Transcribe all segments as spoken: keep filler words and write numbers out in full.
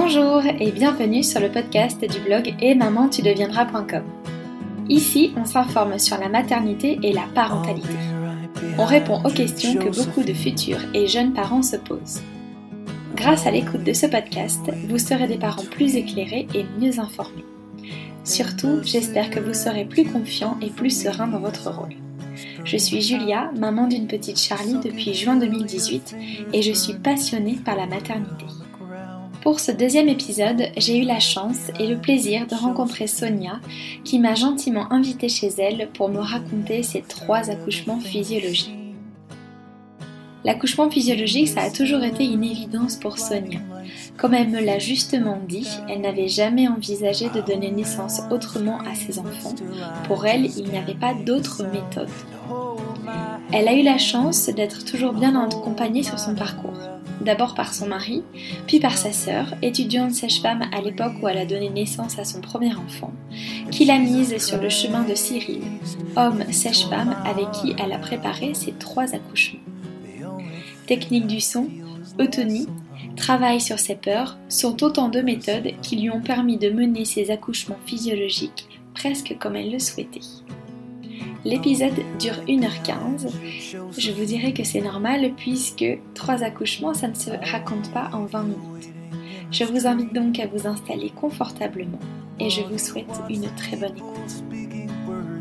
Bonjour et bienvenue sur le podcast du blog et maman tu deviendras point com. Ici, on s'informe sur la maternité et la parentalité. On répond aux questions que beaucoup de futurs et jeunes parents se posent. Grâce à l'écoute de ce podcast, vous serez des parents plus éclairés et mieux informés. Surtout, j'espère que vous serez plus confiants et plus sereins dans votre rôle. Je suis Julia, maman d'une petite Charlie depuis juin deux mille dix-huit et je suis passionnée par la maternité. Pour ce deuxième épisode, j'ai eu la chance et le plaisir de rencontrer Sonia qui m'a gentiment invitée chez elle pour me raconter ses trois accouchements physiologiques. L'accouchement physiologique, ça a toujours été une évidence pour Sonia. Comme elle me l'a justement dit, elle n'avait jamais envisagé de donner naissance autrement à ses enfants. Pour elle, il n'y avait pas d'autre méthode. Elle a eu la chance d'être toujours bien accompagnée sur son parcours. D'abord par son mari, puis par sa sœur, étudiante sage-femme à l'époque où elle a donné naissance à son premier enfant, qui l'a mise sur le chemin de Cyril, homme sage-femme avec qui elle a préparé ses trois accouchements. Technique du son, autonomie, travail sur ses peurs sont autant de méthodes qui lui ont permis de mener ses accouchements physiologiques presque comme elle le souhaitait. L'épisode dure une heure quinze. Je vous dirais que c'est normal puisque trois accouchements, ça ne se raconte pas en vingt minutes. Je vous invite donc à vous installer confortablement et je vous souhaite une très bonne écoute.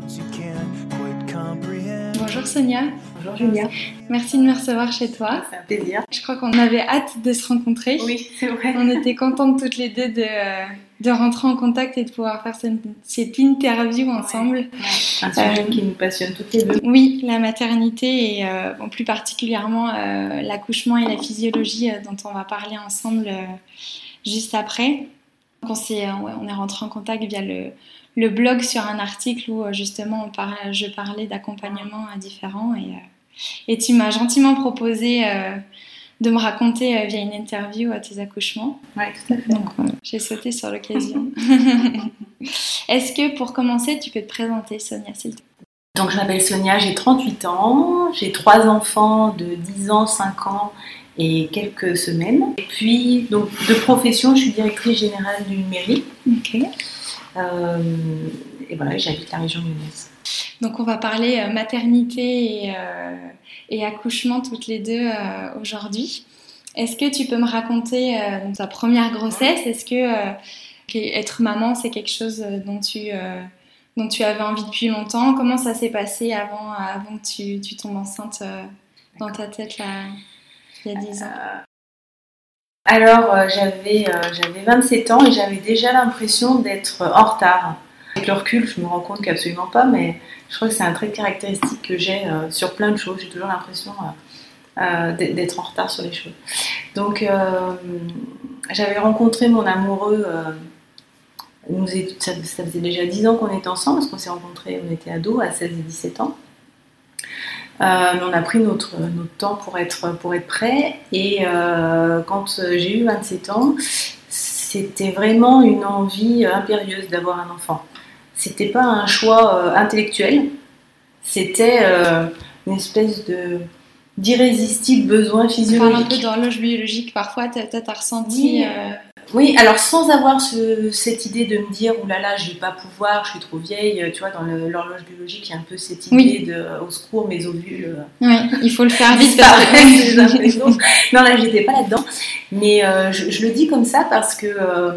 Bonjour Sonia. Bonjour Julia. Merci de me recevoir chez toi. C'est un plaisir. Je crois qu'on avait hâte de se rencontrer. Oui, c'est vrai. On était contentes toutes les deux de, de rentrer en contact et de pouvoir faire cette, cette interview ensemble. Ouais. Un sujet euh, qui nous passionne toutes les deux. Oui, la maternité et euh, bon, plus particulièrement euh, l'accouchement et la physiologie euh, dont on va parler ensemble euh, juste après. Donc on, s'est, euh, ouais, on est rentré en contact via le, le blog sur un article où euh, justement on par, je parlais d'accompagnements euh, différents et, euh, et tu m'as gentiment proposé euh, de me raconter euh, via une interview à tes accouchements. Oui, tout à fait. Donc euh, j'ai sauté sur l'occasion. Est-ce que pour commencer, tu peux te présenter, Sonia, s'il te plaît ? Donc je m'appelle Sonia, j'ai trente-huit ans, j'ai trois enfants de dix ans, cinq ans et quelques semaines. Et puis, donc, de profession, je suis directrice générale d'une mairie. Ok. Euh, et voilà, j'habite la région lyonnaise. Donc on va parler euh, maternité et, euh, et accouchement toutes les deux euh, aujourd'hui. Est-ce que tu peux me raconter euh, ta première grossesse ? Est-ce que euh, être maman, c'est quelque chose dont tu, euh, dont tu avais envie depuis longtemps ? Comment ça s'est passé avant, avant que tu, tu tombes enceinte euh, dans ta tête là, il y a dix ans ? euh, Alors, euh, j'avais, euh, j'avais vingt-sept ans et j'avais déjà l'impression d'être en retard. Avec le recul, je me rends compte qu'absolument pas, mais je crois que c'est un trait caractéristique que j'ai euh, sur plein de choses. J'ai toujours l'impression euh, euh, d'être en retard sur les choses. Donc, euh, j'avais rencontré mon amoureux... Euh, Nous est, ça, ça faisait déjà dix ans qu'on était ensemble, parce qu'on s'est rencontrés, on était ados à seize et dix-sept ans. Euh, mais on a pris notre, notre temps pour être, pour être prêts. Et euh, quand j'ai eu vingt-sept ans, c'était vraiment une envie impérieuse d'avoir un enfant. C'était pas un choix euh, intellectuel, c'était euh, une espèce de, d'irrésistible besoin physiologique. On parle un peu d'horloge biologique, parfois tu as ressenti... Oui. Euh... Oui, alors sans avoir ce, cette idée de me dire « Ouh là là, je vais pas pouvoir, je suis trop vieille », tu vois, dans le, l'horloge biologique, il y a un peu cette idée oui. de « Au secours, mes ovules… » Oui, il faut le faire vite. Non, là, j'étais pas là-dedans. Mais euh, je, je le dis comme ça parce que euh,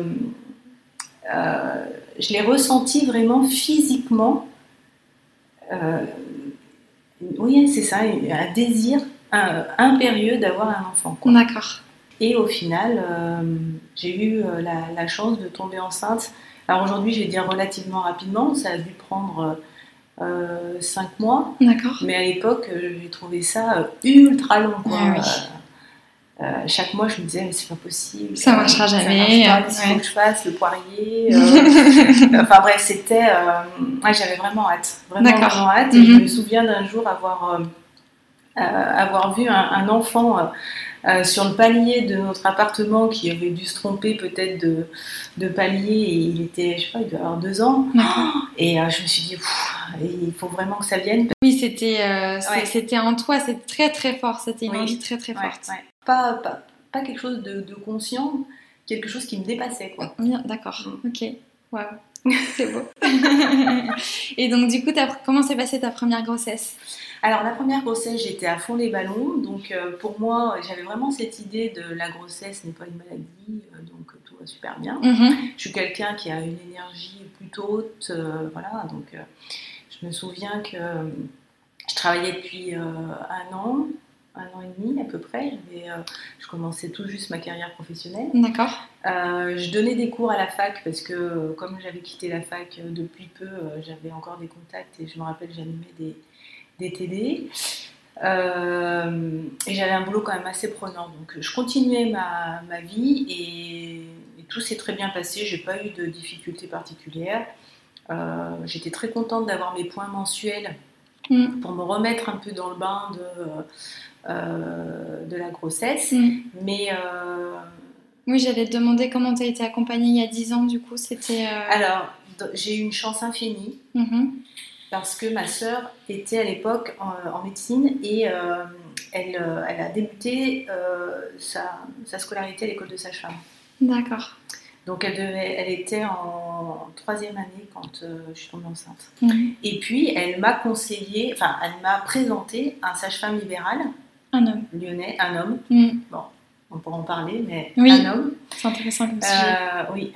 euh, je l'ai ressenti vraiment physiquement. Euh, oui, c'est ça, un désir un, impérieux d'avoir un enfant, quoi. D'accord. Et au final, euh, j'ai eu euh, la, la chance de tomber enceinte. Alors aujourd'hui, je vais dire relativement rapidement, ça a dû prendre euh, cinq mois. D'accord. Mais à l'époque, euh, j'ai trouvé ça euh, ultra long, quoi. Ah oui. euh, euh, chaque mois, je me disais, mais c'est pas possible. Ça marchera jamais. Ça marche pas, qu'est-ce qu'il faut que je fasse, le poirier. Euh... enfin bref, c'était... Euh... Ouais, j'avais vraiment hâte. Vraiment, D'accord. vraiment hâte. Mm-hmm. Et je me souviens d'un jour avoir, euh, euh, avoir vu un, un enfant... Euh, Euh, sur le palier de notre appartement qui avait dû se tromper peut-être de, de palier et il était, je sais pas, il devait avoir deux ans. Oh, et euh, je me suis dit, il faut vraiment que ça vienne. Oui, c'était, euh, ouais. c'était en toi, c'est très très fort, c'était une oui. envie très très forte. Ouais, ouais. Pas, pas, pas quelque chose de, de conscient quelque chose qui me dépassait, quoi. Bien, d'accord, mm. ok, waouh, c'est beau. Et donc du coup, comment s'est passée ta première grossesse? Alors la première grossesse, j'étais à fond les ballons, donc euh, pour moi, j'avais vraiment cette idée de la grossesse n'est pas une maladie, euh, donc tout va super bien. Mm-hmm. Je suis quelqu'un qui a une énergie plutôt haute, euh, voilà, donc euh, je me souviens que euh, je travaillais depuis euh, un an, un an et demi à peu près. J'avais, euh, je commençais tout juste ma carrière professionnelle. D'accord. Euh, je donnais des cours à la fac parce que comme j'avais quitté la fac depuis peu, euh, j'avais encore des contacts et je me rappelle j'animais des des T D euh, et j'avais un boulot quand même assez prenant, donc je continuais ma, ma vie et, et tout s'est très bien passé, j'ai pas eu de difficultés particulières, euh, j'étais très contente d'avoir mes points mensuels mm. pour me remettre un peu dans le bain de, euh, de la grossesse, mm. mais euh, oui, j'allais te demander comment tu as été accompagnée il y a dix ans, du coup c'était... Euh... Alors, j'ai eu une chance infinie, mm-hmm. parce que ma sœur était à l'époque en, en médecine et euh, elle, euh, elle a débuté euh, sa, sa scolarité à l'école de sage-femme. D'accord. Donc elle, devait, elle était en troisième année quand euh, je suis tombée enceinte. Mmh. Et puis elle m'a conseillé, enfin elle m'a présenté un sage-femme libéral. Un homme. Lyonnais, un homme. Mmh. Bon, on pourra en parler, mais oui. un homme. C'est intéressant comme sujet. Euh, oui.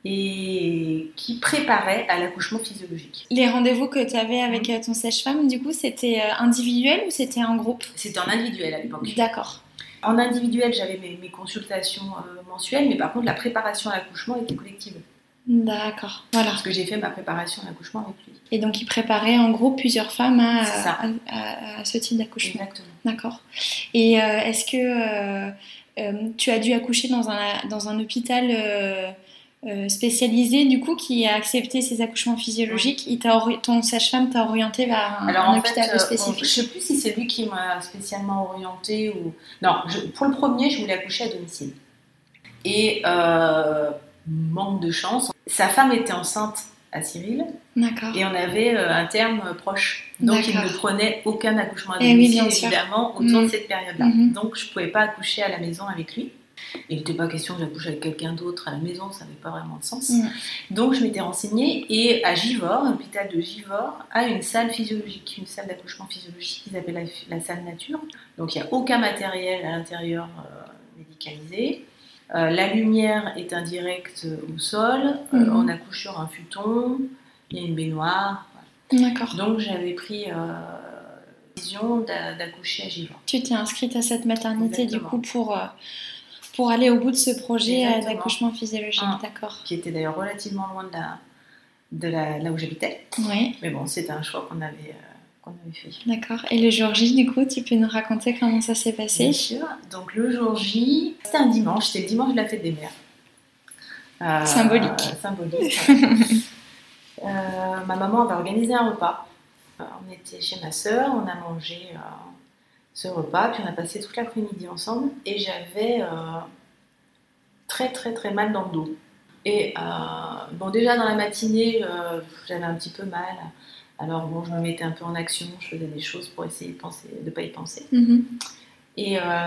Et qui préparait à l'accouchement physiologique. Les rendez-vous que tu avais avec mmh. ton sage-femme, du coup, c'était individuel ou c'était en groupe? C'était en individuel à l'époque. D'accord. En individuel, j'avais mes, mes consultations euh, mensuelles, mais par contre, la préparation à l'accouchement était collective. D'accord, voilà. Parce que j'ai fait ma préparation à l'accouchement avec lui. Et donc, il préparait en groupe plusieurs femmes à, à, à, à ce type d'accouchement. Exactement. D'accord. Et euh, est-ce que euh, euh, tu as dû accoucher dans un, dans un hôpital euh, Euh, spécialisé du coup qui a accepté ces accouchements physiologiques? Oui. Il t'a ori- ton sage-femme t'a orienté vers un, Alors, un en hôpital fait, spécifique? Bon, je ne sais plus si c'est lui qui m'a spécialement orientée ou... Non, je, pour le premier, je voulais accoucher à domicile. Et euh, manque de chance, sa femme était enceinte à Cyril. D'accord. Et on avait euh, un terme proche. Donc, il ne prenait aucun accouchement à eh domicile, oui, évidemment, autour mmh. de cette période-là. Mmh. Donc, je ne pouvais pas accoucher à la maison avec lui. Il n'était pas question que j'accouche avec quelqu'un d'autre à la maison, ça n'avait pas vraiment de sens. Mmh. Donc je m'étais renseignée et à Givors, l'hôpital de Givors a une salle physiologique, une salle d'accouchement physiologique qu'ils appellent la, la salle nature. Donc il n'y a aucun matériel à l'intérieur euh, médicalisé. Euh, la lumière est indirecte au sol, mmh. euh, on accouche sur un futon, il y a une baignoire. Voilà. D'accord. Donc j'avais pris euh, la décision d'accoucher à Givors. Tu t'es inscrite à cette maternité. Exactement. Du coup pour... Euh... Pour aller au bout de ce projet Exactement. d'accouchement physiologique, ah, d'accord. Qui était d'ailleurs relativement loin de, la, de la, là où j'habitais. Oui. Mais bon, c'était un choix qu'on avait, euh, qu'on avait fait. D'accord. Et le jour J, du coup, tu peux nous raconter comment ça s'est passé? Bien sûr. Donc le jour J, c'était un dimanche, c'était le dimanche de la fête des mères. Euh, symbolique. Symbolique. euh, ma maman avait organisé un repas. Euh, on était chez ma sœur, on a mangé... Euh, ce repas, puis on a passé toute l'après-midi ensemble et j'avais euh, très très très mal dans le dos. Et euh, bon, déjà dans la matinée, euh, j'avais un petit peu mal, alors bon, je me mettais un peu en action, je faisais des choses pour essayer de penser, de pas y penser. Mm-hmm. Et euh,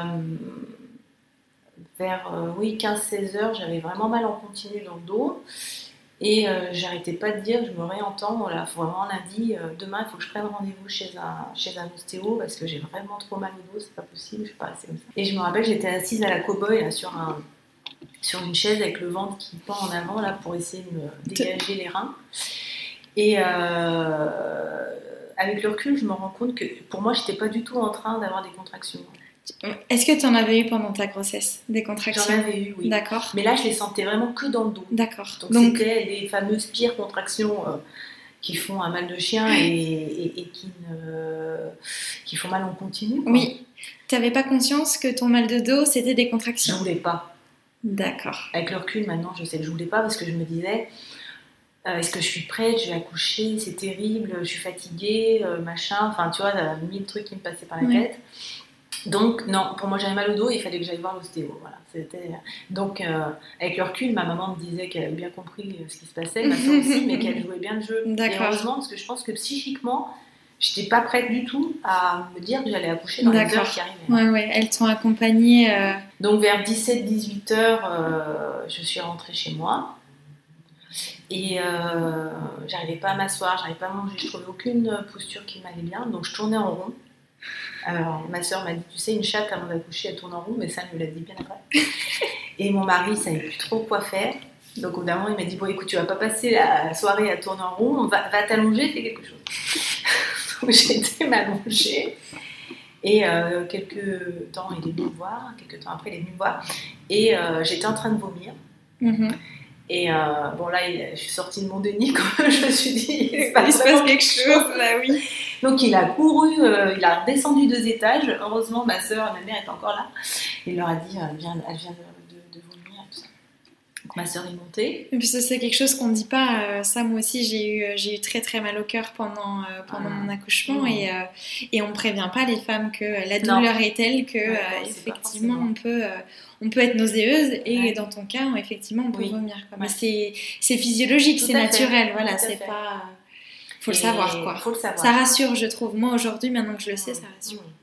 vers euh, oui, quinze seize heures, j'avais vraiment mal en continu dans le dos. Et euh, j'arrêtais pas de dire, je me réentends, là, faut vraiment lundi, euh, demain il faut que je prenne rendez-vous chez un, chez un ostéo parce que j'ai vraiment trop mal au dos, c'est pas possible, je suis pas restée comme ça. Et je me rappelle, j'étais assise à la cow-boy là, sur, un, sur une chaise avec le ventre qui pend en avant là, pour essayer de me dégager les reins. Et euh, avec le recul, je me rends compte que pour moi, j'étais pas du tout en train d'avoir des contractions. Est-ce que tu en avais eu pendant ta grossesse, des contractions? J'en avais eu, oui. D'accord. Mais là, je les sentais vraiment que dans le dos. D'accord. Donc, Donc... c'était les fameuses pires contractions euh, qui font un mal de chien et, et, et qui, ne... qui font mal en continu, quoi. Oui. Tu n'avais pas conscience que ton mal de dos, c'était des contractions? Je ne voulais pas. D'accord. Avec le recul, maintenant, je sais que je ne voulais pas parce que je me disais... Euh, est-ce que je suis prête? Je vais accoucher, c'est terrible, je suis fatiguée, euh, machin. Enfin, tu vois, il y a mille trucs qui me passaient par la ouais. tête. Donc, non, pour moi, j'avais mal au dos et il fallait que j'aille voir l'ostéo. Voilà, c'était... Donc, euh, avec le recul, ma maman me disait qu'elle avait bien compris ce qui se passait, ma soeur aussi, mais qu'elle jouait bien le jeu. D'accord. Et heureusement, parce que je pense que psychiquement, je n'étais pas prête du tout à me dire que j'allais accoucher dans D'accord. les heures qui arrivaient. Ouais, ouais, elles t'ont accompagnée. Euh... Donc vers dix-sept dix-huit heures, euh, je suis rentrée chez moi. Et euh, j'arrivais pas à m'asseoir, j'arrivais pas à manger, je trouvais aucune posture qui m'allait bien, donc je tournais en rond. Alors ma soeur m'a dit, tu sais, une chatte avant d'accoucher, elle tourne en rond, mais ça, elle me l'a dit bien après. Et mon mari, il savait plus trop quoi faire. Donc au bout d'un moment, il m'a dit, bon écoute, tu vas pas passer la soirée à tourner en rond, va, va t'allonger, fais quelque chose. Donc j'ai été m'allonger. Et euh, quelques temps, il est venu me voir, quelques temps après, il est venu me voir. Et euh, j'étais en train de vomir. Mm-hmm. Et euh, bon là, il, je suis sortie de mon déni quand je me suis dit il se passe, il se passe quelque chose, chose. Là, oui. Donc il a couru, euh, il a descendu deux étages. Heureusement, ma soeur et ma mère étaient encore là. Il leur a dit, elle vient, elle vient de, de, de vomir et tout ça. Donc ma soeur est montée. Et puis ça, c'est quelque chose qu'on ne dit pas. Euh, ça, moi aussi, j'ai eu, j'ai eu très très mal au cœur pendant, euh, pendant ah. mon accouchement. Mmh. Et, euh, et on ne prévient pas les femmes que la douleur non. est telle que ouais, euh, effectivement on peut, euh, on peut être nauséeuse. Et ouais. dans ton cas, on, effectivement, on peut oui. vomir. Quoi. Mais ouais. c'est, c'est physiologique, tout c'est naturel. Fait. Voilà, tout c'est pas... Faut et le savoir, quoi. Faut le savoir. Ça rassure, je trouve. Moi, aujourd'hui, maintenant que je le sais, ça rassure. Mmh.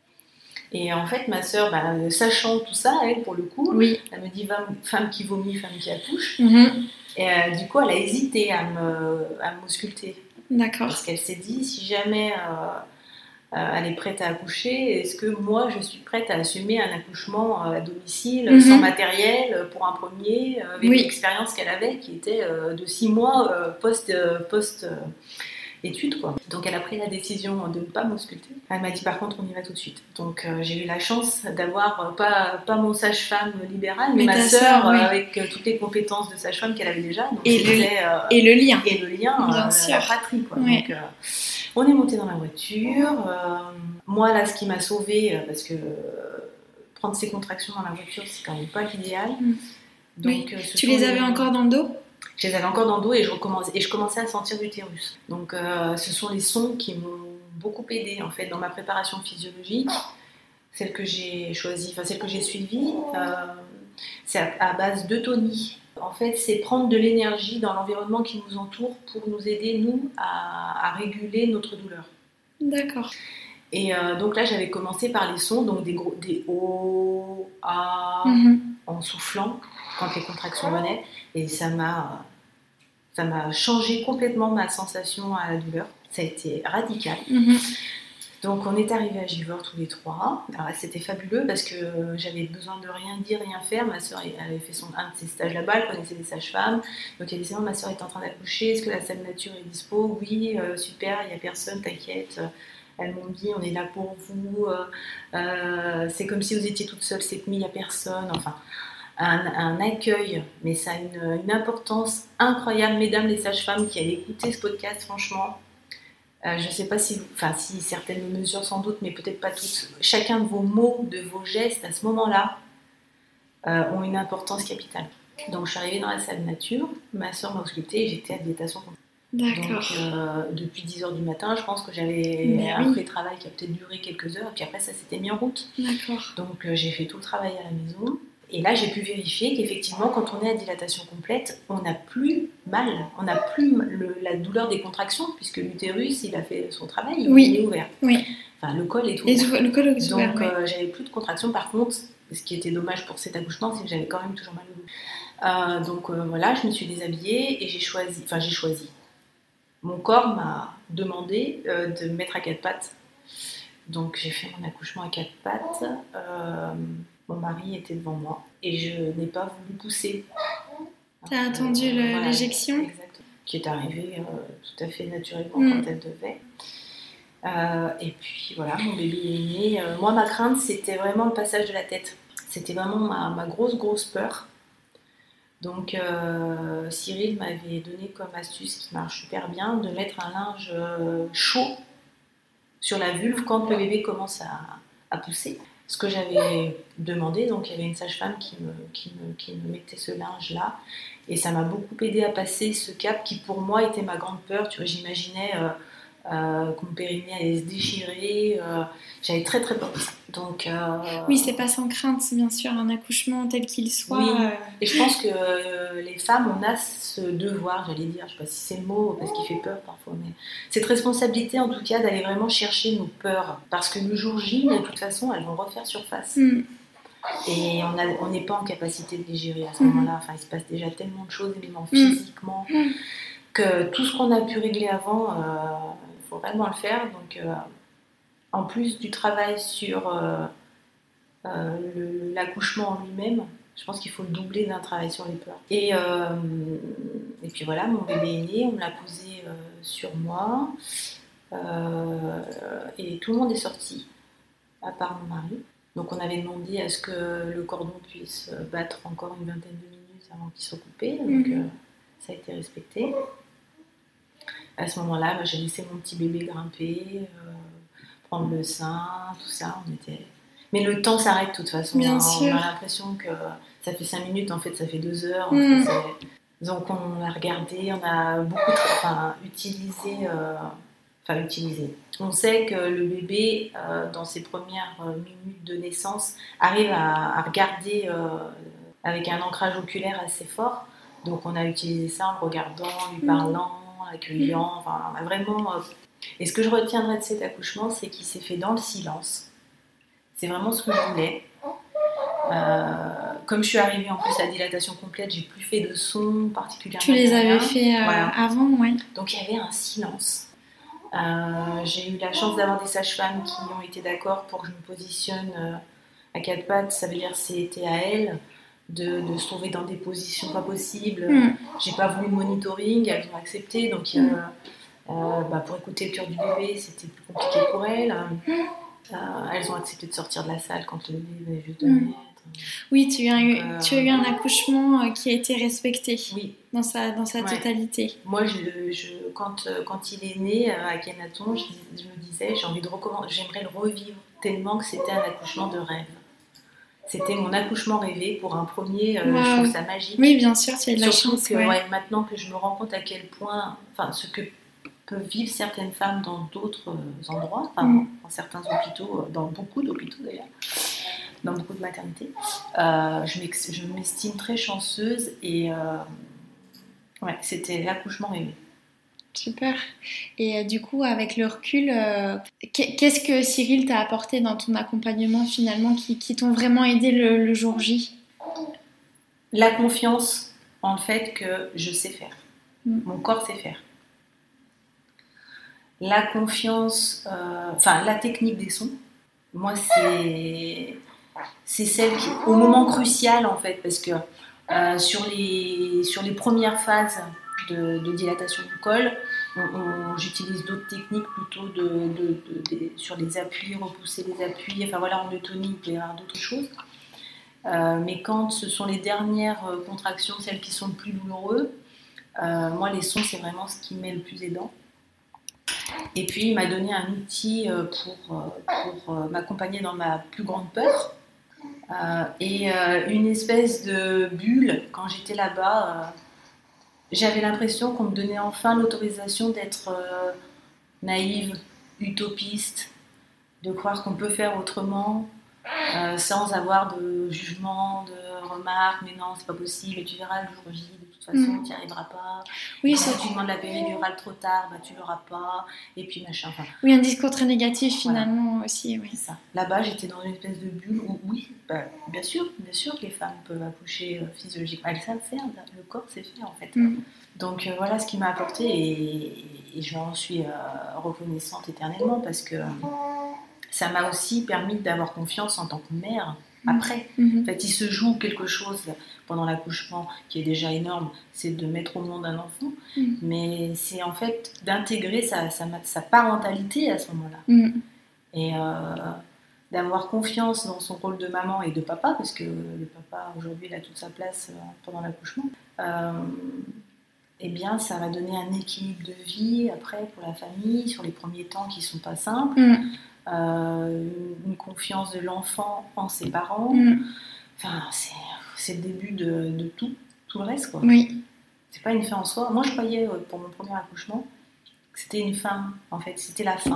Et en fait, ma sœur, bah, sachant tout ça, elle, pour le coup, oui. elle me dit femme qui vomit, femme qui accouche. Mm-hmm. Et euh, du coup, elle a hésité à me, à m'ausculter. D'accord. Parce qu'elle s'est dit, si jamais euh, euh, elle est prête à accoucher, est-ce que moi, je suis prête à assumer un accouchement à domicile, mm-hmm. sans matériel, pour un premier, avec oui. l'expérience qu'elle avait, qui était euh, de six mois euh, post... Euh, post euh, études, quoi. Donc elle a pris la décision de ne pas m'ausculter. Elle m'a dit par contre on y va tout de suite. Donc euh, j'ai eu la chance d'avoir euh, pas, pas mon sage-femme libéral, mais, mais ma sœur oui. euh, avec euh, toutes les compétences de sage-femme qu'elle avait déjà. Donc, et, le, euh, et le lien. Et le lien, bien euh, sûr. La fratrie, quoi. Oui. Donc euh, on est monté dans la voiture. Euh, moi là ce qui m'a sauvée, parce que euh, prendre ses contractions dans la voiture c'est quand même pas l'idéal. Mm. Donc, oui. euh, tu les avais les... encore dans le dos ? Je les avais encore dans le dos et je, recommençais, et je commençais à sentir l'utérus. Donc euh, ce sont les sons qui m'ont beaucoup aidée en fait dans ma préparation physiologique. Celle que j'ai choisie, enfin celle que j'ai suivie, euh, c'est à, à base d'eutonie. En fait, c'est prendre de l'énergie dans l'environnement qui nous entoure pour nous aider, nous, à, à réguler notre douleur. D'accord. Et euh, donc là, j'avais commencé par les sons, donc des gros, des O, A, mm-hmm. en soufflant quand les contractions venaient. Et ça m'a, ça m'a changé complètement ma sensation à la douleur. Ça a été radical. Mm-hmm. Donc on est arrivés à Givors tous les trois. Alors, c'était fabuleux parce que j'avais besoin de rien dire, rien faire. Ma soeur elle avait fait son, un de ses stages là-bas, elle connaissait des sages-femmes. Donc elle disait, ma soeur est en train d'accoucher, est-ce que la salle nature est dispo ? Oui, euh, super, il n'y a personne, t'inquiète. Elles m'ont dit, on est là pour vous. Euh, c'est comme si vous étiez toute seule cette nuit, il n'y a personne. Enfin... Un, un accueil, mais ça a une, une importance incroyable, mesdames les sages-femmes qui allaient écouter ce podcast, franchement. Euh, je ne sais pas si, vous, enfin, si certaines le mesurent sans doute, mais peut-être pas toutes. Chacun de vos mots, de vos gestes à ce moment-là euh, ont une importance capitale. Donc je suis arrivée dans la salle nature, ma soeur m'a auscultée et j'étais à dilatation complète. D'accord. Donc euh, depuis dix heures du matin, je pense que j'avais mais un oui. pré-travail qui a peut-être duré quelques heures, et puis après ça s'était mis en route. D'accord. Donc euh, j'ai fait tout le travail à la maison. Et là, j'ai pu vérifier qu'effectivement, quand on est à dilatation complète, on n'a plus mal, on n'a plus le, la douleur des contractions, puisque l'utérus, il a fait son travail, il oui. est ouvert. Oui. Enfin, le col est Et ouvert. Le col est ouvert. Donc, oui. euh, j'avais plus de contractions. Par contre, ce qui était dommage pour cet accouchement, c'est que j'avais quand même toujours mal au dos. Euh, donc, euh, voilà, je me suis déshabillée et j'ai choisi, enfin, j'ai choisi. Mon corps m'a demandé euh, de me mettre à quatre pattes. Donc, j'ai fait mon accouchement à quatre pattes. Euh, Mon mari était devant moi et je n'ai pas voulu pousser. T'as euh, attendu le, voilà, l'éjection ? Exactement. Qui est arrivée euh, tout à fait naturellement mmh. quand elle devait. Euh, et puis voilà, mon bébé est né. Euh, moi, ma crainte, c'était vraiment le passage de la tête. C'était vraiment ma, ma grosse, grosse peur. Donc, euh, Cyril m'avait donné comme astuce qui marche super bien de mettre un linge euh, chaud sur la vulve quand le bébé commence à, à pousser. Ce que j'avais demandé, donc il y avait une sage-femme qui me, qui, me, qui me mettait ce linge-là, et ça m'a beaucoup aidé à passer ce cap qui pour moi était ma grande peur. Tu vois, j'imaginais euh, euh, que mon périnée allait se déchirer, euh, j'avais très très peur de ça. Donc, euh... oui, c'est pas sans crainte, bien sûr, un accouchement tel qu'il soit. Oui. Euh... Et je pense que euh, les femmes, on a ce devoir, j'allais dire, je sais pas si c'est le mot, parce qu'il fait peur parfois, mais cette responsabilité en tout cas d'aller vraiment chercher nos peurs. Parce que le jour J, de toute façon, elles vont refaire surface. Mm. Et on n'est pas en capacité de les gérer à ce mm. moment-là. Enfin, il se passe déjà tellement de choses, évidemment, physiquement, mm. que tout ce qu'on a pu régler avant, il euh, faut vraiment le faire. Donc, euh, en plus du travail sur euh, euh, le, l'accouchement en lui-même, je pense qu'il faut le doubler d'un travail sur les peurs. Et, euh, et puis voilà, mon bébé est né, on me l'a posé euh, sur moi, euh, et tout le monde est sorti, à part mon mari. Donc on avait demandé à ce que le cordon puisse battre encore une vingtaine de minutes avant qu'il soit coupé, donc mm-hmm. euh, ça a été respecté. À ce moment-là, bah, j'ai laissé mon petit bébé grimper, euh, prendre le sein, tout ça, on était... Mais le temps s'arrête de toute façon. Bien hein. sûr. On a l'impression que ça fait cinq minutes, en fait ça fait deux heures. En mm. fait, donc on a regardé, on a beaucoup enfin, utilisé, euh... enfin utilisé. On sait que le bébé, euh, dans ses premières minutes de naissance, arrive à, à regarder euh, avec un ancrage oculaire assez fort. Donc on a utilisé ça en le regardant, en lui parlant, accueillant, enfin on a vraiment... Euh... Et ce que je retiendrai de cet accouchement, c'est qu'il s'est fait dans le silence. C'est vraiment ce que je voulais. Euh, comme je suis arrivée en plus à dilatation complète, j'ai plus fait de son particulièrement. Tu les avais fait euh, voilà. avant, ouais. Donc il y avait un silence. Euh, j'ai eu la chance d'avoir des sages-femmes qui ont été d'accord pour que je me positionne euh, à quatre pattes. Ça veut dire que c'était à elles de, de se trouver dans des positions pas possibles. Mm. J'ai pas voulu de monitoring, elles ont accepté. Donc mm. euh, euh, bah, pour écouter le cœur du bébé, c'était plus compliqué pour elles. Mm. Euh, elles ont accepté de sortir de la salle quand le bébé venait juste de naître. Mmh. Oui, tu as, eu, euh, tu as eu un accouchement qui a été respecté oui. dans sa, dans sa ouais. totalité. Moi, je, je, quand, quand il est né à Akhenaton, je, je me disais, j'ai envie de recommencer, j'aimerais le revivre tellement que c'était un accouchement de rêve. C'était mon accouchement rêvé pour un premier, euh, wow. Je trouve ça magique. Oui, bien sûr, tu as de la Surtout chance. Que, ouais. Ouais, maintenant que je me rends compte à quel point, enfin, ce que peuvent vivre certaines femmes dans d'autres endroits, enfin, mm. dans certains hôpitaux, dans beaucoup d'hôpitaux d'ailleurs, dans beaucoup de maternités. Euh, je, je m'estime très chanceuse et euh, ouais, c'était l'accouchement rêvé. Super. Et euh, du coup, avec le recul, euh, qu'est-ce que Cyril t'a apporté dans ton accompagnement finalement qui, qui t'ont vraiment aidé le, le jour J ? La confiance en le fait que je sais faire. Mm. Mon corps sait faire. La confiance, euh, enfin la technique des sons, moi c'est, c'est celle qui, au moment crucial en fait, parce que euh, sur, les, sur les premières phases de, de dilatation du col, on, on, j'utilise d'autres techniques plutôt de, de, de, de, sur les appuis, repousser les appuis, enfin voilà, en eutonie, il peut y avoir d'autres choses. Euh, mais quand ce sont les dernières contractions, celles qui sont le plus douloureuses, euh, moi les sons c'est vraiment ce qui m'est le plus aidant. Et puis il m'a donné un outil pour, pour m'accompagner dans ma plus grande peur euh, et euh, une espèce de bulle. Quand j'étais là-bas, euh, j'avais l'impression qu'on me donnait enfin l'autorisation d'être euh, naïve, utopiste, de croire qu'on peut faire autrement euh, sans avoir de jugement, de remarques, mais non c'est pas possible et tu verras le jour J, de toute façon mmh. tu n'y arriveras pas. Oui, si tu demandes la péridurale trop tard, bah, tu l'auras pas, et puis machin. Enfin, oui, un discours très négatif finalement voilà. aussi. Oui. C'est ça. Là-bas j'étais dans une espèce de bulle où oui, bah, bien sûr, bien sûr que les femmes peuvent accoucher euh, physiologiquement, elles savent faire, le corps sait faire en fait. Mmh. Donc euh, voilà ce qui m'a apporté et, et je m'en suis euh, reconnaissante éternellement parce que euh, ça m'a aussi permis d'avoir confiance en tant que mère après. Mm-hmm. En fait, il se joue quelque chose pendant l'accouchement qui est déjà énorme, c'est de mettre au monde un enfant, mm. mais c'est en fait d'intégrer sa, sa, sa parentalité à ce moment-là. Mm. Et euh, d'avoir confiance dans son rôle de maman et de papa, parce que le papa aujourd'hui il a toute sa place pendant l'accouchement. Euh, eh bien, ça va donner un équilibre de vie après pour la famille, sur les premiers temps qui ne sont pas simples. Mm. Euh, une confiance de l'enfant en ses parents. Mm. Enfin, c'est, c'est le début de, de tout, tout le reste, quoi. Oui. C'est pas une fin en soi. Moi, je croyais, pour mon premier accouchement, que c'était une fin, en fait. C'était la fin.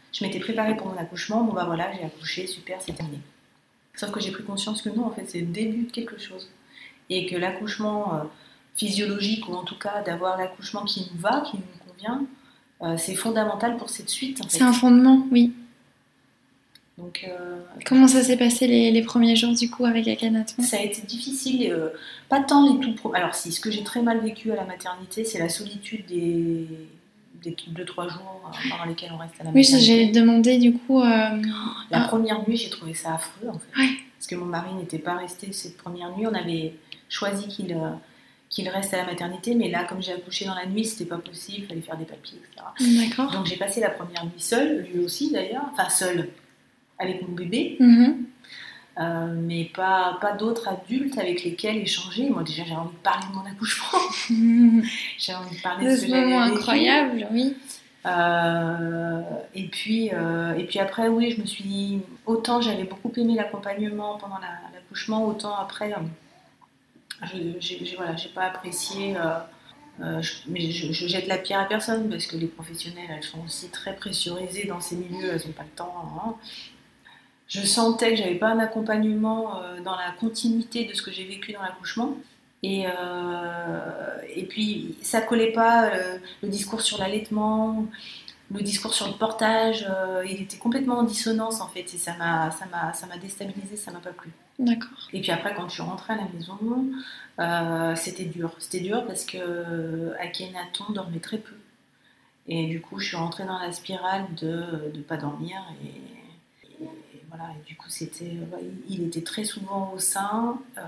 je m'étais préparée pour mon accouchement, bon bah voilà, j'ai accouché, super, c'est terminé. Sauf que j'ai pris conscience que non, en fait, c'est le début de quelque chose. Et que l'accouchement euh, physiologique, ou en tout cas d'avoir l'accouchement qui nous va, qui nous convient, euh, c'est fondamental pour cette suite, en fait. C'est un fondement, oui. Donc, euh, Comment ça s'est passé les, les premiers jours du coup avec Akhenaton? ça a été difficile, euh, pas tant les tout pro... Alors si, ce que j'ai très mal vécu à la maternité, c'est la solitude des, des deux trois jours euh, pendant lesquels on reste à la Oui, maternité. j'ai demandé du coup... Euh... La ah. première nuit, j'ai trouvé ça affreux en fait. Ouais. Parce que mon mari n'était pas resté cette première nuit, on avait choisi qu'il... Euh, qu'il reste à la maternité, mais là, comme j'ai accouché dans la nuit, c'était pas possible, il fallait faire des papiers, et cetera. D'accord. Donc j'ai passé la première nuit seule, lui aussi d'ailleurs, enfin seule, avec mon bébé, mm-hmm. euh, mais pas, pas d'autres adultes avec lesquels échanger. Moi déjà, j'avais envie de parler de mon accouchement, mm-hmm. j'avais envie de parler de de ce ce que j'avais moment vécu. Incroyable, oui. Euh, et, puis, euh, et puis après, oui, je me suis dit, autant j'avais beaucoup aimé l'accompagnement pendant la, l'accouchement, autant après... Euh, Je j'ai, voilà, j'ai pas apprécié, euh, euh, je, mais je, je jette la pierre à personne parce que les professionnelles, elles sont aussi très pressurisées dans ces milieux, elles n'ont pas le temps. Hein. Je sentais que j'avais pas un accompagnement euh, dans la continuité de ce que j'ai vécu dans l'accouchement. Et, euh, et puis, ça collait pas, euh, le discours sur l'allaitement, le discours sur le portage, euh, il était complètement en dissonance en fait, et ça m'a, ça m'a, ça m'a déstabilisée, ça m'a pas plu. D'accord. Et puis après, quand je suis rentrée à la maison, euh, c'était dur. C'était dur parce que Akhenaton dormait très peu. Et du coup, je suis rentrée dans la spirale de ne pas dormir. Et, et, et voilà. Et du coup, c'était, il était très souvent au sein. Euh,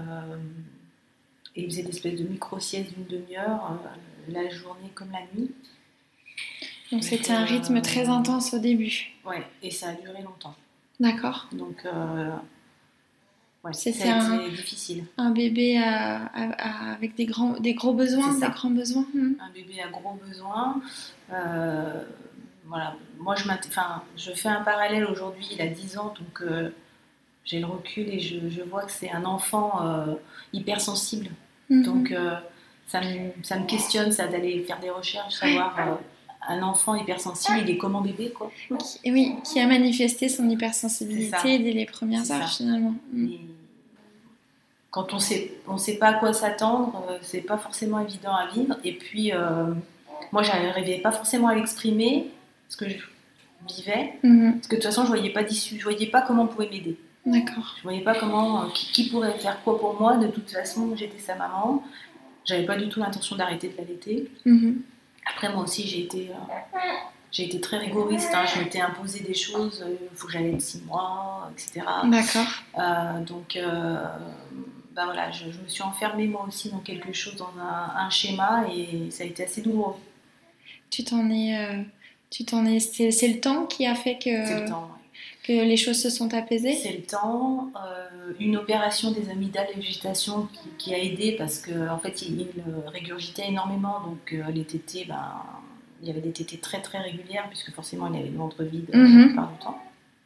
et il faisait des espèces de micro-siestes d'une demi-heure, euh, la journée comme la nuit. Donc, Donc c'était euh, un rythme très intense au début. Ouais, et ça a duré longtemps. D'accord. Donc... Euh, Ouais, c'était ça a un, été difficile. Un bébé à, à, à, avec des, grands, des gros besoins, des grands besoins. Mmh. Un bébé à gros besoins. Euh, voilà. Moi, je, enfin, je fais un parallèle aujourd'hui, il a dix ans, donc euh, j'ai le recul et je, je vois que c'est un enfant euh, hypersensible. Mmh. Donc euh, ça, me, ça me questionne, ça, d'aller faire des recherches, savoir... Euh, un enfant hypersensible, il est comme un bébé, quoi. Qui, oui, qui a manifesté son hypersensibilité dès les premières c'est heures, ça. Finalement. Mm. Quand on sait, on sait pas à quoi s'attendre, euh, c'est pas forcément évident à vivre. Et puis, euh, moi, j'arrivais pas forcément à l'exprimer, ce que je vivais, mm-hmm. parce que de toute façon, je voyais pas d'issue, je voyais pas comment on pouvait m'aider. D'accord. Je voyais pas comment, euh, qui, qui pourrait faire quoi pour moi. De toute façon, j'étais sa maman. J'avais pas du tout l'intention d'arrêter de l'allaiter. Mm-hmm. Après, moi aussi, j'ai été, euh, j'ai été très rigoriste. Hein. Je m'étais imposé des choses. Il euh, faut que j'allaite six mois, et cetera. D'accord. Euh, donc, euh, bah voilà, je, je me suis enfermée moi aussi dans quelque chose, dans un, un schéma, et ça a été assez douloureux. Tu t'en es, euh, tu t'en es. C'est, c'est le temps qui a fait que. C'est le temps. Ouais. Que les choses se sont apaisées. C'est le temps, euh, une opération des amygdales et végétation qui, qui a aidé parce qu'en en fait il, il régurgitait énormément, donc euh, les tétées, ben, il y avait des tétées très très régulières puisque forcément il avait le ventre vide mm-hmm. la plupart du temps.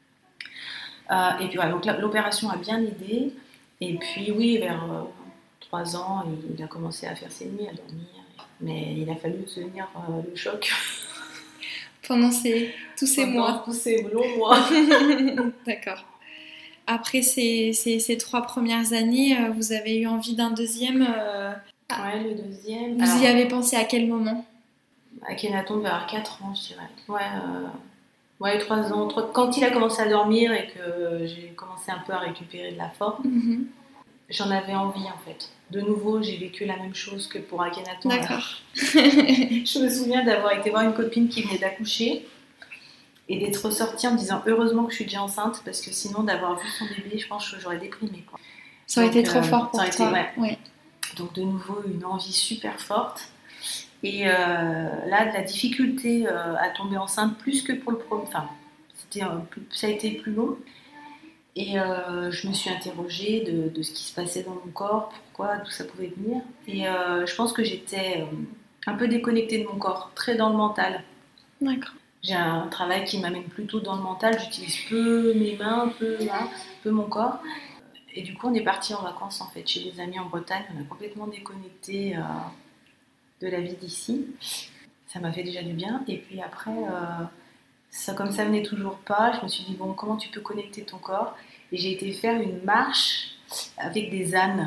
Euh, et puis voilà, donc l'opération a bien aidé, et puis oui, vers euh, trois ans, il, il a commencé à faire ses nuits, à dormir, mais il a fallu tenir euh, le choc. Pendant ces, tous ces Pendant mois. tous ces longs mois. D'accord. Après ces, ces, ces trois premières années, euh, vous avez eu envie d'un deuxième euh... Ouais, le deuxième. Vous Alors, y avez pensé à quel moment? Akhenaton vers quatre ans, je dirais. Ouais, euh... ouais trois ans. trois... Quand il a commencé à dormir et que j'ai commencé un peu à récupérer de la forme, mm-hmm. j'en avais envie en fait. De nouveau, j'ai vécu la même chose que pour Akhenaton. D'accord. Je me souviens d'avoir été voir une copine qui venait d'accoucher et d'être ressortie en me disant heureusement que je suis déjà enceinte, parce que sinon d'avoir vu son bébé, je pense que j'aurais déprimé, quoi. Ça aurait Donc, été trop euh, fort pour ça toi. Été, ouais. Ouais. Donc de nouveau une envie super forte. Et euh, là, de la difficulté euh, à tomber enceinte plus que pour le premier. Enfin, c'était, euh, plus, ça a été plus long. Et euh, je me suis interrogée de, de ce qui se passait dans mon corps, pourquoi, d'où ça pouvait venir. Et euh, je pense que j'étais euh, un peu déconnectée de mon corps, très dans le mental. D'accord. J'ai un travail qui m'amène plutôt dans le mental, j'utilise peu mes mains, peu, hein, peu mon corps. Et du coup, on est parti en vacances en fait, chez des amis en Bretagne, on a complètement déconnecté euh, de la vie d'ici. Ça m'a fait déjà du bien. Et puis après, euh, ça, comme ça venait toujours pas, je me suis dit, bon, comment tu peux connecter ton corps? Et j'ai été faire une marche avec des ânes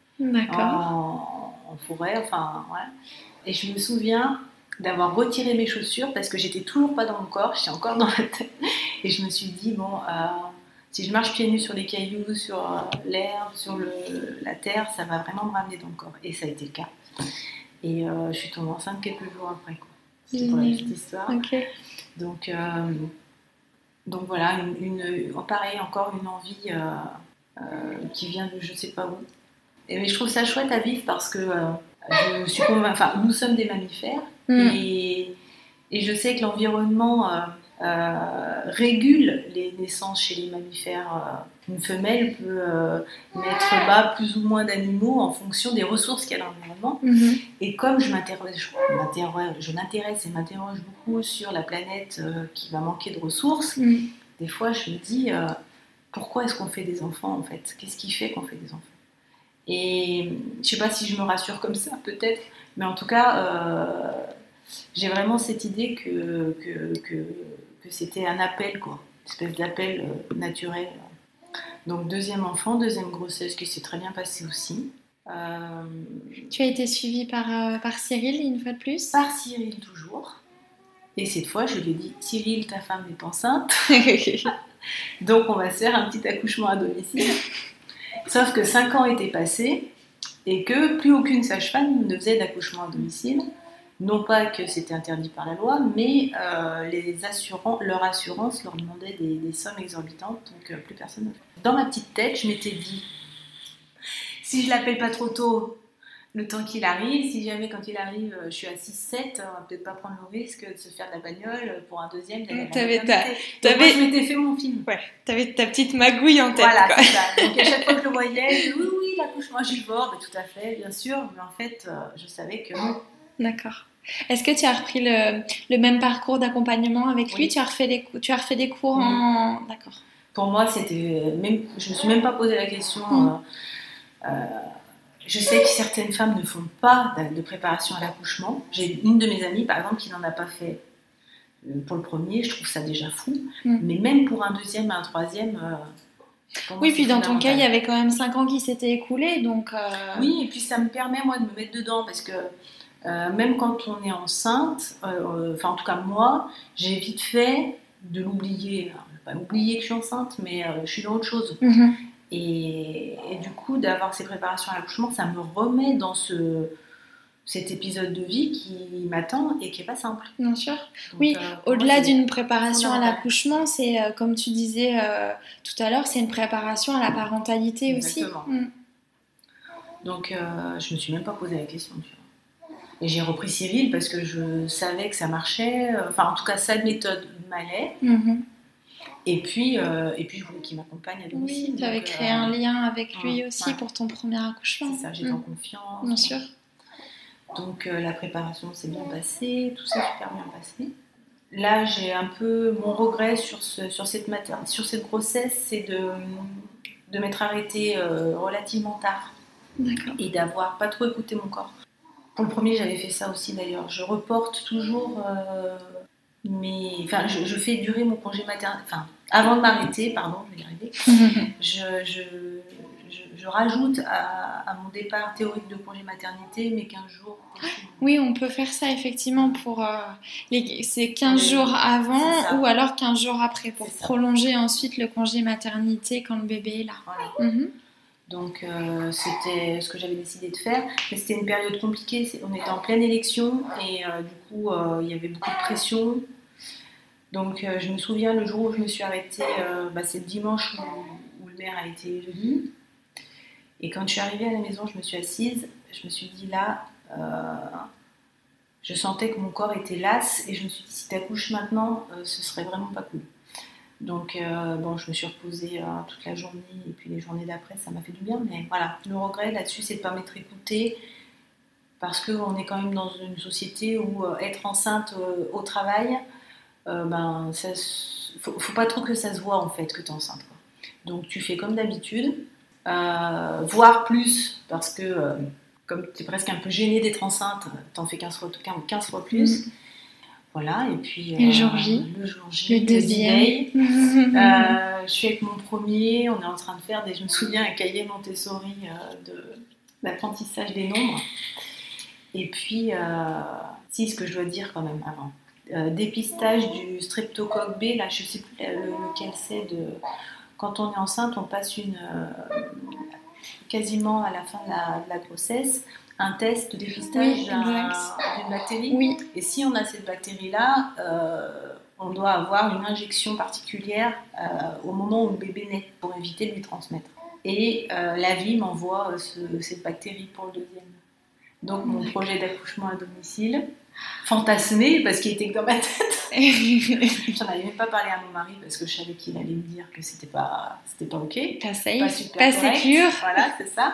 en, en forêt, enfin, ouais. Et je me souviens d'avoir retiré mes chaussures parce que j'étais toujours pas dans mon corps, j'étais encore dans la tête. Et je me suis dit, bon, euh, si je marche pieds nus sur les cailloux, sur euh, l'herbe, sur le, la terre, ça va vraiment me ramener dans le corps. Et ça a été le cas. Et euh, je suis tombée enceinte quelques jours après, quoi. C'était pour la petite histoire. Okay. Donc, euh, donc voilà, une, une, pareil, encore une envie euh, euh, qui vient de je sais pas où. Et mais je trouve ça chouette à vivre parce que euh, je suis convaincue, enfin, nous sommes des mammifères mm. et, et je sais que l'environnement euh, euh, régule les naissances chez les mammifères. Euh, une femelle peut euh, mettre bas plus ou moins d'animaux en fonction des ressources qu'il y a dans l'environnement. Mm-hmm. Et comme je m'intéresse, je m'intéresse, je m'intéresse et m'interroge beaucoup sur la planète euh, qui va manquer de ressources, mm. des fois je me dis euh, pourquoi est-ce qu'on fait des enfants en fait? Qu'est-ce qui fait qu'on fait des enfants? Et je ne sais pas si je me rassure comme ça, peut-être, mais en tout cas, euh, j'ai vraiment cette idée que, que, que, que c'était un appel, quoi, une espèce d'appel euh, naturel. Donc, deuxième enfant, deuxième grossesse qui s'est très bien passée aussi. Euh, tu as été suivie par, euh, par Cyril une fois de plus? Par Cyril, toujours. Et cette fois, je lui ai dit, Cyril, ta femme est enceinte. Donc, on va se faire un petit accouchement à domicile. Sauf que cinq ans étaient passés et que plus aucune sage-femme ne faisait d'accouchement à domicile. Non pas que c'était interdit par la loi, mais euh, les assurants, leur assurance leur demandait des, des sommes exorbitantes, donc euh, plus personne ne le fait. Dans ma petite tête, je m'étais dit, si je l'appelle pas trop tôt, le temps qu'il arrive, si jamais quand il arrive, je suis à six sept, on va peut-être pas prendre le risque de se faire de la bagnole pour un deuxième. Mmh, t'avais ta... Donc moi, je m'étais fait mon film. Ouais, t'avais ta petite magouille en tête. Voilà, quoi. C'est ça. Donc à chaque fois que je le voyais, je dis, oui, oui, l'accouchement à Gilbord, mais tout à fait, bien sûr. Mais en fait, euh, je savais que non. D'accord. Est-ce que tu as repris le, le même parcours d'accompagnement avec lui? Oui. Tu as refait des, tu as refait des cours mmh. en... D'accord. Pour moi, c'était... Même, je me suis même pas posé la question... Mmh. Euh, euh, Je sais que certaines femmes ne font pas de préparation à l'accouchement. J'ai une de mes amies, par exemple, qui n'en a pas fait pour le premier. Je trouve ça déjà fou. Mm. Mais même pour un deuxième et un troisième... Euh, oui, puis dans ton cas, il y avait quand même cinq ans qui s'étaient écoulés. Donc euh... Oui, et puis ça me permet, moi, de me mettre dedans. Parce que euh, même quand on est enceinte, euh, enfin, en tout cas, moi, j'ai vite fait de l'oublier. Alors, je ne vais pas oublier que je suis enceinte, mais euh, je suis dans autre chose. Mm-hmm. Et, et du coup, d'avoir ces préparations à l'accouchement, ça me remet dans ce, cet épisode de vie qui m'attend et qui n'est pas simple. Bien sûr. Donc, oui, euh, au-delà moi, d'une préparation à l'accouchement, c'est, euh, comme tu disais euh, tout à l'heure, c'est une préparation à la parentalité. Exactement. Aussi. Mm. Donc, euh, je ne me suis même pas posé la question. Tu vois. Et j'ai repris Cyril parce que je savais que ça marchait. Enfin, en tout cas, sa méthode m'allait. Mm-hmm. Et puis, euh, et puis, je voulais qu'il m'accompagne à domicile. Oui, tu avais créé euh, un lien avec lui euh, aussi ouais. pour ton premier accouchement. C'est ça, j'étais mmh. en confiance. Bien sûr. Donc, euh, la préparation s'est bien passée, tout s'est super bien passé. Là, j'ai un peu mon regret sur, ce, sur, cette, mater- sur cette grossesse, c'est de, de m'être arrêtée euh, relativement tard. D'accord. Et d'avoir pas trop écouté mon corps. Pour le premier, j'avais fait ça aussi d'ailleurs. Je reporte toujours... Euh, mais enfin, je, je fais durer mon congé maternité. Enfin, avant de m'arrêter, pardon, je vais y arriver. je, je, je, je rajoute à, à mon départ théorique de congé maternité mes quinze jours. Oui, on peut faire ça effectivement pour euh, les, c'est quinze oui, jours avant ou alors quinze jours après pour prolonger ensuite le congé maternité quand le bébé est là. Voilà. Mm-hmm. Donc euh, c'était ce que j'avais décidé de faire, mais c'était une période compliquée, on était en pleine élection et euh, du coup euh, il y avait beaucoup de pression. Donc euh, je me souviens le jour où je me suis arrêtée, euh, bah, c'est le dimanche où, où le maire a été élu. Et quand je suis arrivée à la maison, je me suis assise, je me suis dit là, euh, je sentais que mon corps était lasse et je me suis dit si t'accouches maintenant, euh, ce serait vraiment pas cool. Donc, euh, bon, je me suis reposée euh, toute la journée et puis les journées d'après, ça m'a fait du bien. Mais voilà, le regret là-dessus, c'est de ne pas m'être écoutée parce qu'on est quand même dans une société où euh, être enceinte euh, au travail, euh, ben, ça, faut, faut pas trop que ça se voit en fait que tu es enceinte. Quoi. Donc, tu fais comme d'habitude, euh, voire plus parce que euh, comme tu es presque un peu gênée d'être enceinte, tu en fais quinze fois, quinze fois plus. Mmh. Voilà, et puis le jour J, le, jour J, le deuxième. euh, je suis avec mon premier, on est en train de faire des, je me souviens, un cahier Montessori euh, de, d'apprentissage des nombres. Et puis, euh, si, ce que je dois dire quand même avant, euh, dépistage du streptocoque B, là je ne sais plus lequel c'est, de, quand on est enceinte, on passe une, euh, quasiment à la fin de la, de la grossesse, un test de dépistage oui, d'un, d'une bactérie. Oui. Et si on a cette bactérie-là, euh, on doit avoir une injection particulière euh, au moment où le bébé naît pour éviter de lui transmettre. Et euh, la vie m'envoie euh, ce, cette bactérie pour le deuxième. Donc mon projet d'accouchement à domicile, fantasmé parce qu'il était dans ma tête. J'en avais même pas parlé à mon mari parce que je savais qu'il allait me dire que c'était pas, c'était pas ok, pas safe, pas super pas correct. sécure. Voilà, c'est ça.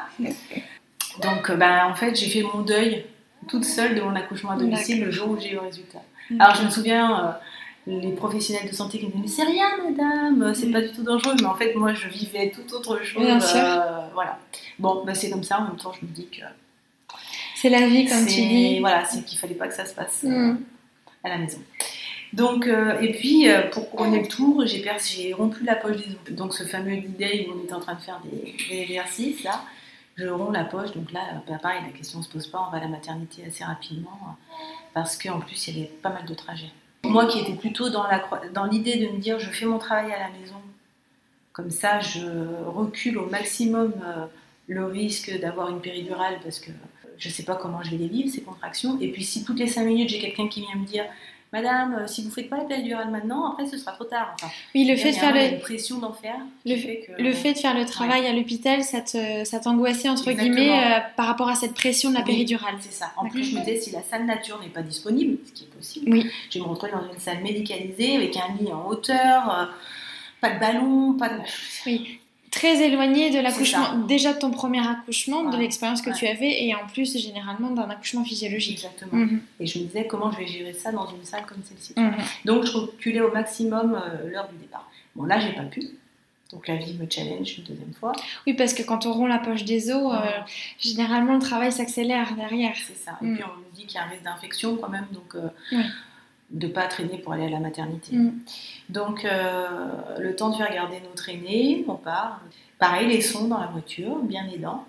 Donc ben, en fait j'ai fait mon deuil toute seule de mon accouchement à domicile. D'accord. Le jour où j'ai eu le résultat. Okay. Alors je me souviens, euh, les professionnels de santé qui me disaient mais c'est rien madame, c'est mmh. pas du tout dangereux, mais en fait moi je vivais tout autre chose. Bien euh, sûr. Voilà. Bon ben, c'est comme ça, en même temps je me dis que c'est la vie comme c'est, tu dis. Voilà, c'est qu'il fallait pas que ça se passe euh, mmh. à la maison. Donc, euh, et puis, euh, pour couronner le tour, j'ai, per- j'ai rompu la poche des os. Donc, ce fameux D-Day où on était en train de faire des, des exercices, là, je romps la poche. Donc là, bah, pareil, la question ne se pose pas, on va à la maternité assez rapidement, parce qu'en plus, il y avait pas mal de trajets. Moi qui étais plutôt dans, la, dans l'idée de me dire, je fais mon travail à la maison, comme ça, je recule au maximum euh, le risque d'avoir une péridurale, parce que je ne sais pas comment je vais les vivre, ces contractions. Et puis, si toutes les cinq minutes, j'ai quelqu'un qui vient me dire madame, si vous ne faites pas la péridurale maintenant, après ce sera trop tard. Enfin, oui, le fait de faire le... une pression d'enfer. Le, fait que... le fait de faire le travail ouais. à l'hôpital, ça, te, ça t'angoissait entre Exactement. guillemets euh, par rapport à cette pression de la oui, péridurale. C'est ça. En D'accord. plus, je me disais, si la salle nature n'est pas disponible, ce qui est possible, oui. je vais me retrouver dans une salle médicalisée avec un lit en hauteur, euh, pas de ballon, pas de... Oui. Très éloigné de l'accouchement, déjà de ton premier accouchement, ouais, de l'expérience que ouais. tu avais, et en plus généralement d'un accouchement physiologique. Exactement. Mm-hmm. Et je me disais comment je vais gérer ça dans une salle comme celle-ci. Mm-hmm. Donc je reculais au maximum euh, l'heure du départ. Bon là j'ai pas pu, donc la vie me challenge une deuxième fois. Oui, parce que quand on rompt la poche des os, mm-hmm. euh, généralement le travail s'accélère derrière. C'est ça. Et mm. puis on me dit qu'il y a un risque d'infection quand même, donc euh, mm. de pas traîner pour aller à la maternité. Mm. Donc, euh, le temps de faire garder nos traînées, on part. Pareil, les sons dans la voiture, bien aidant.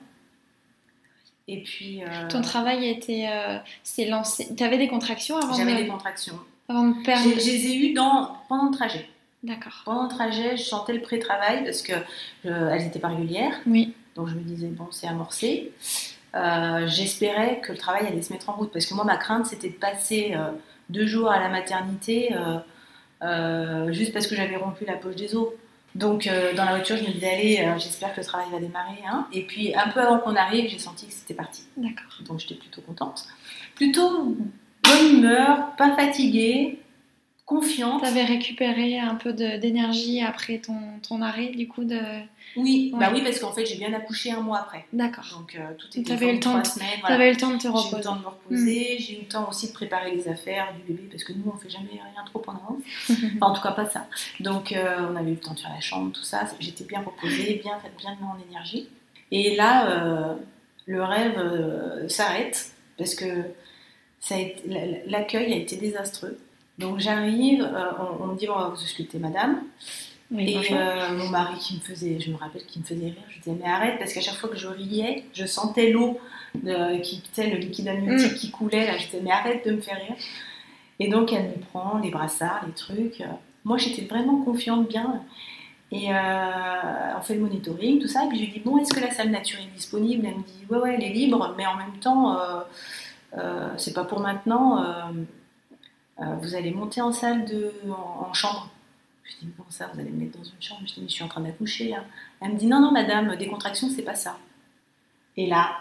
Et puis... Euh... Ton travail était... Euh, s'est lancé... Tu avais des contractions avant J'avais de... des contractions. Avant de perdre... Je les ai eues dans... pendant le trajet. D'accord. Pendant le trajet, je sentais le pré-travail parce qu'elles euh, n'étaient pas régulières. Oui. Donc, je me disais, bon, c'est amorcé. Euh, j'espérais que le travail allait se mettre en route. Parce que moi, ma crainte, c'était de passer euh, deux jours à la maternité... Euh, Euh, juste parce que j'avais rompu la poche des os. Donc euh, dans la voiture je me disais allez euh, j'espère que le travail va démarrer hein. Et puis un peu avant qu'on arrive j'ai senti que c'était parti. D'accord. Donc j'étais plutôt contente, plutôt bonne humeur, pas fatiguée, confiante. Tu avais récupéré un peu de, d'énergie après ton, ton arrêt du coup de... Oui, ouais. bah oui parce qu'en fait j'ai bien accouché un mois après. D'accord. Donc euh, tout était t'avais eu le temps trois de... semaines. Voilà. T'avais eu le temps de te reposer. J'ai eu le temps de me reposer, mmh. j'ai eu le temps aussi de préparer les affaires du bébé parce que nous on fait jamais rien trop en avance. Enfin en tout cas pas ça. Donc euh, on avait eu le temps de faire la chambre, tout ça. J'étais bien reposée, bien bien en énergie. Et là euh, le rêve euh, s'arrête parce que ça a été, l'accueil a été désastreux. Donc j'arrive, euh, on, on me dit bon, on va vous ausculter madame. Oui, et euh, mon mari qui me faisait, je me rappelle qu'il me faisait rire, je disais mais arrête parce qu'à chaque fois que je riais, je sentais l'eau, de, qui, tu sais, le liquide amniotique mm. qui coulait, là je disais mais arrête de me faire rire. Et donc elle me prend les brassards, les trucs. Moi j'étais vraiment confiante bien. Et euh, on fait le monitoring, tout ça. Et puis je lui dis bon est-ce que la salle nature est disponible? Elle me dit ouais ouais elle est libre, mais en même temps euh, euh, c'est pas pour maintenant. Euh, euh, vous allez monter en salle de, en, en chambre. Je dis, bon, ça, vous allez me mettre dans une chambre. Je dis, mais je suis en train d'accoucher, là. Elle me dit, non, non, madame, des contractions, c'est pas ça. Et là,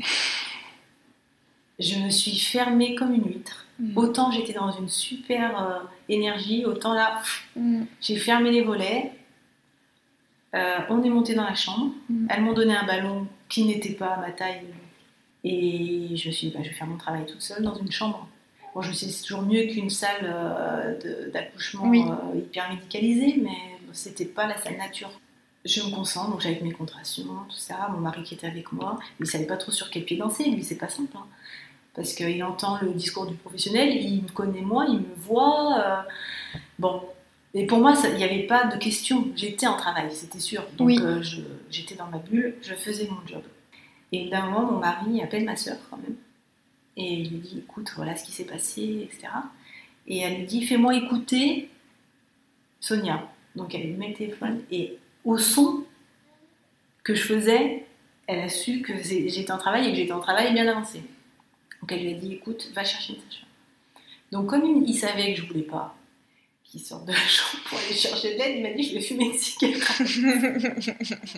je me suis fermée comme une huître. Mmh. Autant j'étais dans une super euh, énergie, autant là, mmh. j'ai fermé les volets. Euh, on est monté dans la chambre. Mmh. Elles m'ont donné un ballon qui n'était pas à ma taille. Et je me suis dit, bah, je vais faire mon travail toute seule dans une chambre. Bon, je sais, c'est toujours mieux qu'une salle euh, de, d'accouchement oui. euh, hyper médicalisée, mais c'était pas la salle nature. Je me concentre, donc j'avais mes contractions, tout ça, mon mari qui était avec moi, il savait pas trop sur quel pied danser, lui c'est pas simple. Hein. parce qu'il entend le discours du professionnel, il me connaît moi, il me voit. Euh, bon, et pour moi, il n'y avait pas de question. J'étais en travail, c'était sûr. Donc Oui. euh, je, j'étais dans ma bulle, je faisais mon job. Et d'un moment, mon mari appelle ma sœur quand même, et il lui dit, écoute, voilà ce qui s'est passé, et cetera. Et elle lui dit, fais-moi écouter Sonia. Donc elle lui met le téléphone, et au son que je faisais, elle a su que j'étais en travail et que j'étais en travail bien avancé. Donc elle lui a dit, écoute, va chercher une sage-femme. Donc comme il, il savait que je voulais pas qu'il sorte de la chambre pour aller chercher de l'aide, il m'a dit, je vais fumer une cigarette.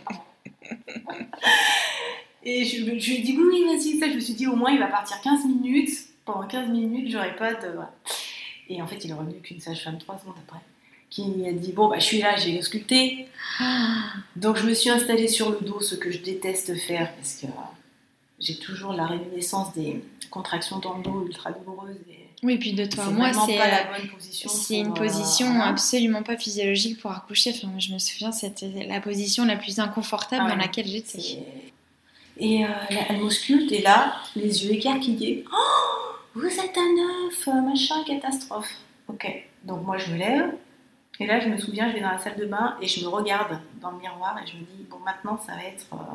Et je, je lui ai dit, oui, oui, vas-y, ça. Je me suis dit, au moins il va partir quinze minutes. Pendant quinze minutes, j'aurais pas de... Voilà. Et en fait, il est revenu qu'une sage-femme trois secondes après, qui a dit, bon, bah, je suis là, j'ai ausculté. Donc je me suis installée sur le dos, ce que je déteste faire, parce que euh, j'ai toujours la réminiscence des contractions dans le dos ultra douloureuses. Et oui, puis de toi, c'est moi, vraiment c'est, pas la bonne position. c'est pour, une position euh, absolument pas physiologique pour accoucher. Enfin, je me souviens, c'était la position la plus inconfortable ah ouais, dans laquelle j'étais. C'est... Et euh, elle m'ausculte, et là, les yeux écarquillés. Oh, vous êtes un œuf, machin, catastrophe. Ok, donc moi je me lève, et là je me souviens, je vais dans la salle de bain, et je me regarde dans le miroir, et je me dis, bon, maintenant ça va être... Euh,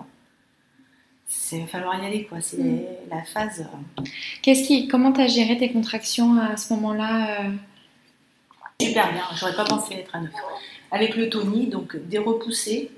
il va falloir y aller, quoi. C'est mmh. la phase... Euh... Qu'est-ce qui, comment t'as géré tes contractions à ce moment-là euh... Super bien, j'aurais pas pensé être un œuf. Avec le Tony, donc des repoussés,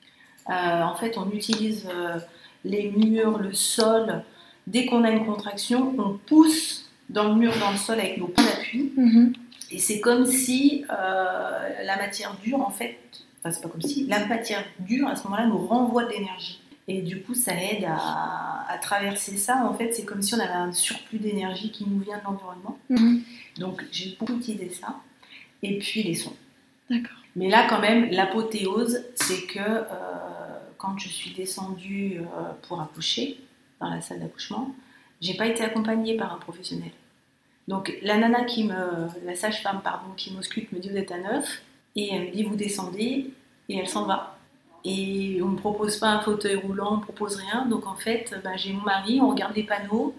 euh, en fait on utilise... Euh, les murs, le sol, dès qu'on a une contraction, on pousse dans le mur, dans le sol avec nos points d'appui. Mmh. Et c'est comme si euh, la matière dure, en fait, enfin c'est pas comme si, la matière dure à ce moment-là nous renvoie de l'énergie. Et du coup, ça aide à, à traverser ça. En fait, c'est comme si on avait un surplus d'énergie qui nous vient de l'environnement. Mmh. Donc j'ai beaucoup utilisé ça. Et puis les sons. D'accord. Mais là, quand même, l'apothéose, c'est que... Euh, quand je suis descendue pour accoucher dans la salle d'accouchement, j'ai pas été accompagnée par un professionnel. Donc la nana qui me, la sage-femme pardon, qui m'ausculte me dit vous êtes un œuf et elle me dit vous descendez et elle s'en va. Et on me propose pas un fauteuil roulant, on me propose rien. Donc en fait, ben, j'ai mon mari, on regarde les panneaux,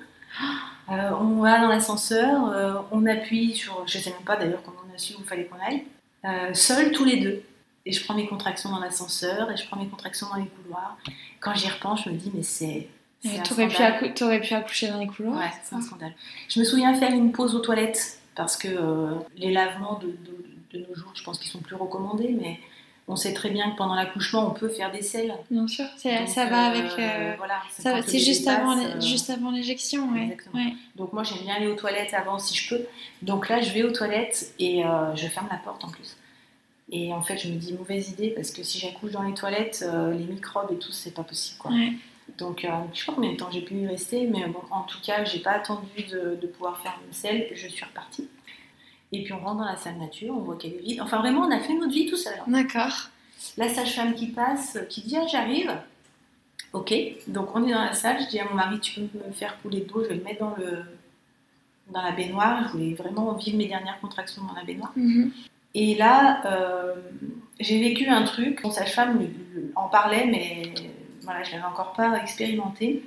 euh, on va dans l'ascenseur, euh, on appuie sur, je sais même pas d'ailleurs comment on a su où il fallait qu'on aille, euh, seuls tous les deux. Et je prends mes contractions dans l'ascenseur, et je prends mes contractions dans les couloirs. Quand j'y repense, je me dis, mais c'est, c'est un t'aurais scandale. Pu accou- t'aurais pu accoucher dans les couloirs? Ouais, c'est un scandale. Je me souviens faire une pause aux toilettes, parce que euh, les lavements de, de, de nos jours, je pense qu'ils sont plus recommandés, mais on sait très bien que pendant l'accouchement, on peut faire des selles. Bien sûr, c'est, Donc, ça va euh, avec... Euh, voilà, ça, c'est juste, passe, avant, euh, juste avant l'éjection. Ouais. Exactement. Ouais. Donc moi, j'aime bien aller aux toilettes avant, si je peux. Donc là, je vais aux toilettes, et euh, je ferme la porte en plus. Et en fait, je me dis mauvaise idée parce que si j'accouche dans les toilettes, euh, les microbes et tout, c'est pas possible, quoi. Ouais. Donc, euh, je sais pas combien de temps j'ai pu y rester, mais bon, en tout cas, j'ai pas attendu de, de pouvoir faire une selle, je suis repartie. Et puis on rentre dans la salle nature, on voit qu'elle est vide. Enfin, vraiment, on a fait notre vie tout seul. D'accord. La sage-femme qui passe, qui dit ah, j'arrive. Ok, donc on est dans la salle. Je dis à mon mari, tu peux me faire couler de l'eau, je vais le mettre dans le dans la baignoire. Je voulais vraiment vivre mes dernières contractions dans la baignoire. Mm-hmm. Et là, euh, j'ai vécu un truc, mon sage-femme en parlait, mais voilà, je ne l'avais encore pas expérimenté,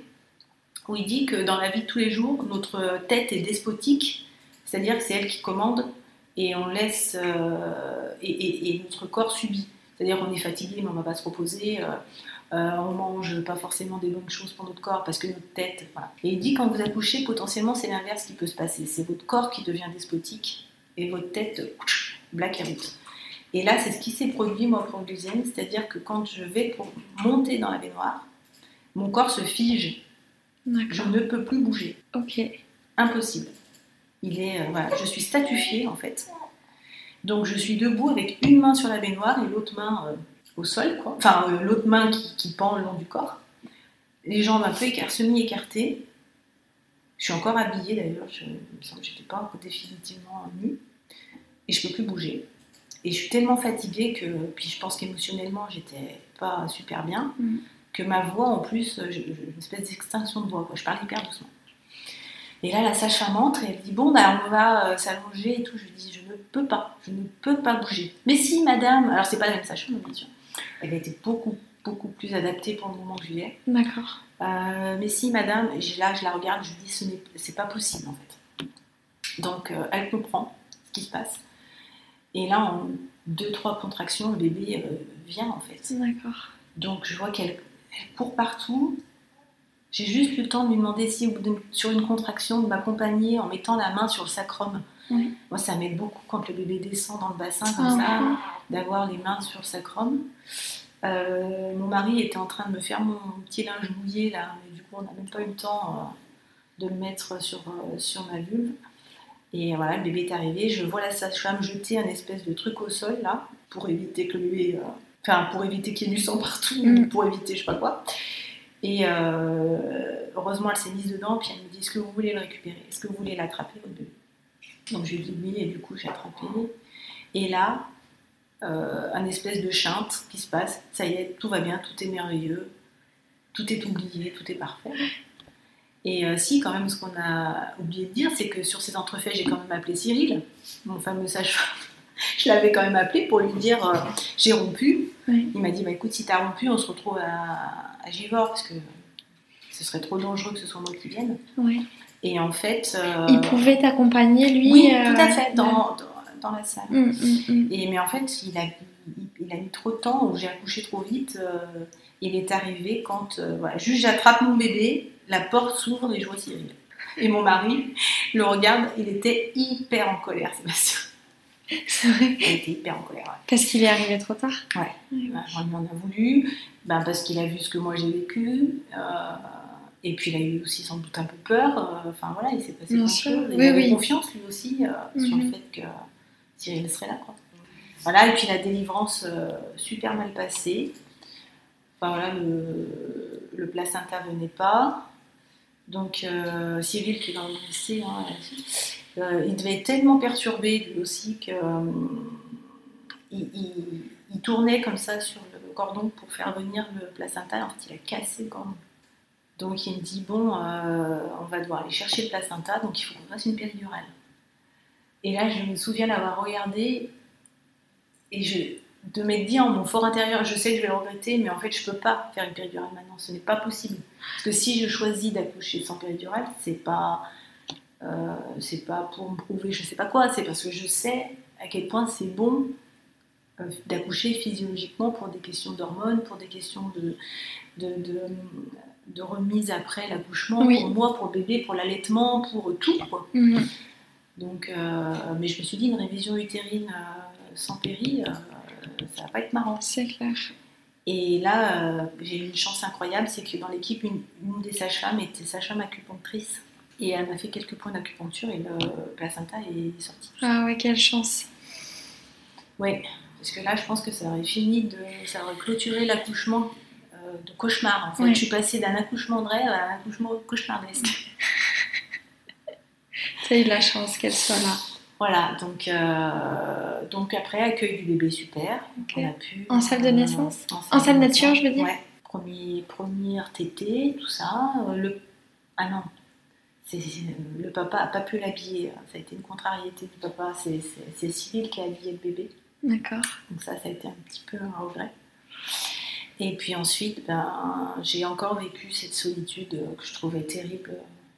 où il dit que dans la vie de tous les jours, notre tête est despotique, c'est-à-dire que c'est elle qui commande, et on laisse, euh, et, et, et notre corps subit. C'est-à-dire qu'on est fatigué, mais on ne va pas se reposer, euh, euh, on mange pas forcément des bonnes choses pour notre corps, parce que notre tête... Voilà. Et il dit, quand vous accouchez, potentiellement, c'est l'inverse qui peut se passer. C'est votre corps qui devient despotique, et votre tête... Black et route. Et là, c'est ce qui s'est produit, moi, pour le deuxième, c'est-à-dire que quand je vais pour monter dans la baignoire, mon corps se fige. D'accord. Je ne peux plus bouger. Ok. Impossible. Il est, euh, voilà, je suis statufiée, en fait. Donc, je suis debout avec une main sur la baignoire et l'autre main euh, au sol, quoi. Enfin, euh, l'autre main qui, qui pend le long du corps. Les jambes un peu écart, semi-écartées. Je suis encore habillée, d'ailleurs. Je, il me semble que je n'étais pas définitivement nue. Et je peux plus bouger. Et je suis tellement fatiguée que, puis je pense qu'émotionnellement, j'étais pas super bien, mmh. que ma voix, en plus, j'ai une espèce d'extinction de voix, quoi. Je parle hyper doucement. Et là, la sage-femme entre et elle dit, bon, bah, on va euh, s'allonger et tout. Je lui dis, je ne peux pas, je ne peux pas bouger. Mais si, madame, alors c'est pas la même sage-femme, bien sûr. Elle était beaucoup beaucoup plus adaptée pour le moment que je vivais. D'accord. Euh, mais si, madame, et là, je la regarde, je lui dis, ce n'est, c'est pas possible, en fait. Donc, euh, elle comprend ce qui se passe. Et là, en deux, trois contractions, le bébé euh, vient, en fait. D'accord. Donc, je vois qu'elle elle court partout. J'ai juste eu le temps de lui demander si, sur une contraction, de m'accompagner en mettant la main sur le sacrum. Oui. Moi, ça m'aide beaucoup quand le bébé descend dans le bassin, comme Ah, ça, oui. d'avoir les mains sur le sacrum. Euh, mon mari était en train de me faire mon petit linge mouillé, là, mais du coup, on n'a même pas eu le temps euh, de le mettre sur, euh, sur ma vulve. Et voilà, le bébé est arrivé. Je vois la sage-femme jeter un espèce de truc au sol, là, pour éviter que le bébé... Euh, enfin, pour éviter qu'il y ait du sang partout, mm. pour éviter je sais pas quoi. Et euh, heureusement, elle s'est mise dedans, puis elle me dit, est-ce que vous voulez le récupérer? Est-ce que vous voulez l'attraper, votre bébé? Donc je lui dis oui, et du coup, j'ai attrapé. Et là, euh, un espèce de chinte qui se passe. Ça y est, tout va bien, tout est merveilleux. Tout est oublié, tout est parfait. Et euh, si, quand même, ce qu'on a oublié de dire, c'est que sur ces entrefaits, j'ai quand même appelé Cyril, mon fameux sage-femme. Je l'avais quand même appelé pour lui dire euh, j'ai rompu. Oui. Il m'a dit bah, écoute, si t'as rompu, on se retrouve à, à Givors parce que ce serait trop dangereux que ce soit moi qui vienne. Oui. Et en fait. Euh, il pouvait t'accompagner, lui Oui, euh, tout à fait, dans, dans, dans la salle. Mm, mm, mm. Et, mais en fait, il a, il, il a mis trop de temps, où j'ai accouché trop vite. Euh, il est arrivé quand. Euh, voilà, juste j'attrape mon bébé, la porte s'ouvre et je vois Cyril. Et mon mari le regarde, il était hyper en colère, Sébastien. C'est vrai. Il était hyper en colère. Ouais. Parce qu'il est arrivé trop tard. Ouais, oui. Ben, il m'en a voulu, ben, parce qu'il a vu ce que moi j'ai vécu, euh, et puis il a eu aussi sans doute un peu peur, euh, enfin voilà, il s'est passé plein de choses, il oui, avait oui. confiance lui aussi euh, mm-hmm. sur le fait que Cyril serait là. Quoi. Voilà, et puis la délivrance euh, super mal passée, enfin voilà, le, le placenta venait pas, donc euh, Cyril qui est dans le lycée, hein, Euh, il devait être tellement perturbé lui aussi qu'il euh, il, il tournait comme ça sur le cordon pour faire venir le placenta. En fait, il a cassé le cordon. Donc il me dit bon, euh, on va devoir aller chercher le placenta, donc il faut qu'on fasse une péridurale. Et là, je me souviens l'avoir regardé et je, de m'être dit en mon fort intérieur, je sais que je vais le regretter, mais en fait, je peux pas faire une péridurale maintenant. Ce n'est pas possible. Parce que si je choisis d'accoucher sans péridurale, c'est pas Euh, c'est pas pour me prouver je sais pas quoi, c'est parce que je sais à quel point c'est bon euh, d'accoucher physiologiquement pour des questions d'hormones, pour des questions de, de, de, de remise après l'accouchement, oui. pour moi, pour le bébé, pour l'allaitement, pour tout quoi. Mm-hmm. Donc, euh, mais je me suis dit une révision utérine euh, sans péri, euh, ça va pas être marrant. C'est clair. Et là, euh, j'ai eu une chance incroyable, c'est que dans l'équipe, une, une des sages-femmes était sage-femme acupunctrice. Et elle m'a fait quelques points d'acupuncture et le placenta est sorti. Ah ouais, quelle chance. Oui, parce que là, je pense que ça aurait fini de... Ça aurait clôturé l'accouchement euh, de cauchemar. En fait, ouais. Je suis passée d'un accouchement de rêve à un accouchement cauchemardesque. Tu as eu de la chance qu'elle soit là. Voilà, donc, euh, donc après, accueil du bébé super. Okay. On a pu, en salle de naissance euh, En salle, en salle de nature, naissance, je veux dire. Ouais, premier, première tétée, tout ça. Euh, le... Ah non. C'est, c'est, le papa n'a pas pu l'habiller, ça a été une contrariété du papa, c'est, c'est, c'est Cyril qui a habillé le bébé. D'accord. Donc ça, ça a été un petit peu un regret. Et puis ensuite, ben, j'ai encore vécu cette solitude que je trouvais terrible.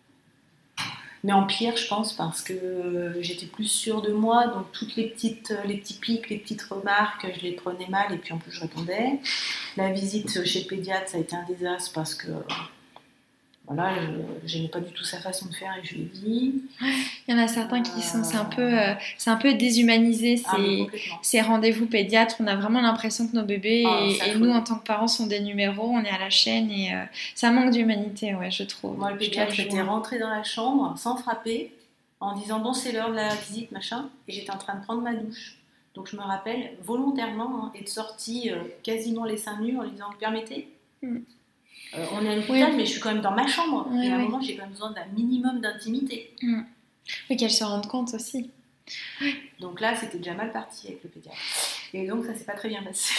Mais en pire, je pense, parce que j'étais plus sûre de moi, donc toutes les, petites, les petits pics, les petites remarques, je les prenais mal et puis en plus je répondais. La visite chez le pédiatre, ça a été un désastre parce que... Voilà, je n'aimais pas du tout sa façon de faire et je lui ai dit. Il y en a certains qui sont, c'est un peu, euh, c'est un peu déshumanisé ces, ah, ces rendez-vous pédiatres. On a vraiment l'impression que nos bébés ah, et, et nous en tant que parents sont des numéros, on est à la chaîne et euh, ça manque d'humanité, ouais, je trouve. Moi, le pédiatre était rentré dans la chambre sans frapper, en disant bon c'est l'heure de la visite machin, et j'étais en train de prendre ma douche. Donc je me rappelle volontairement hein, être sortie euh, quasiment les seins nus en lui disant permettez. Mm. Euh, on est à l'hôpital, oui. Mais je suis quand même dans ma chambre. Oui, et à un oui. moment, j'ai quand même besoin d'un minimum d'intimité. Mmh. Oui, qu'elle se rende compte aussi. Donc là, c'était déjà mal parti avec le pédiatre. Et donc, ça s'est pas très bien passé.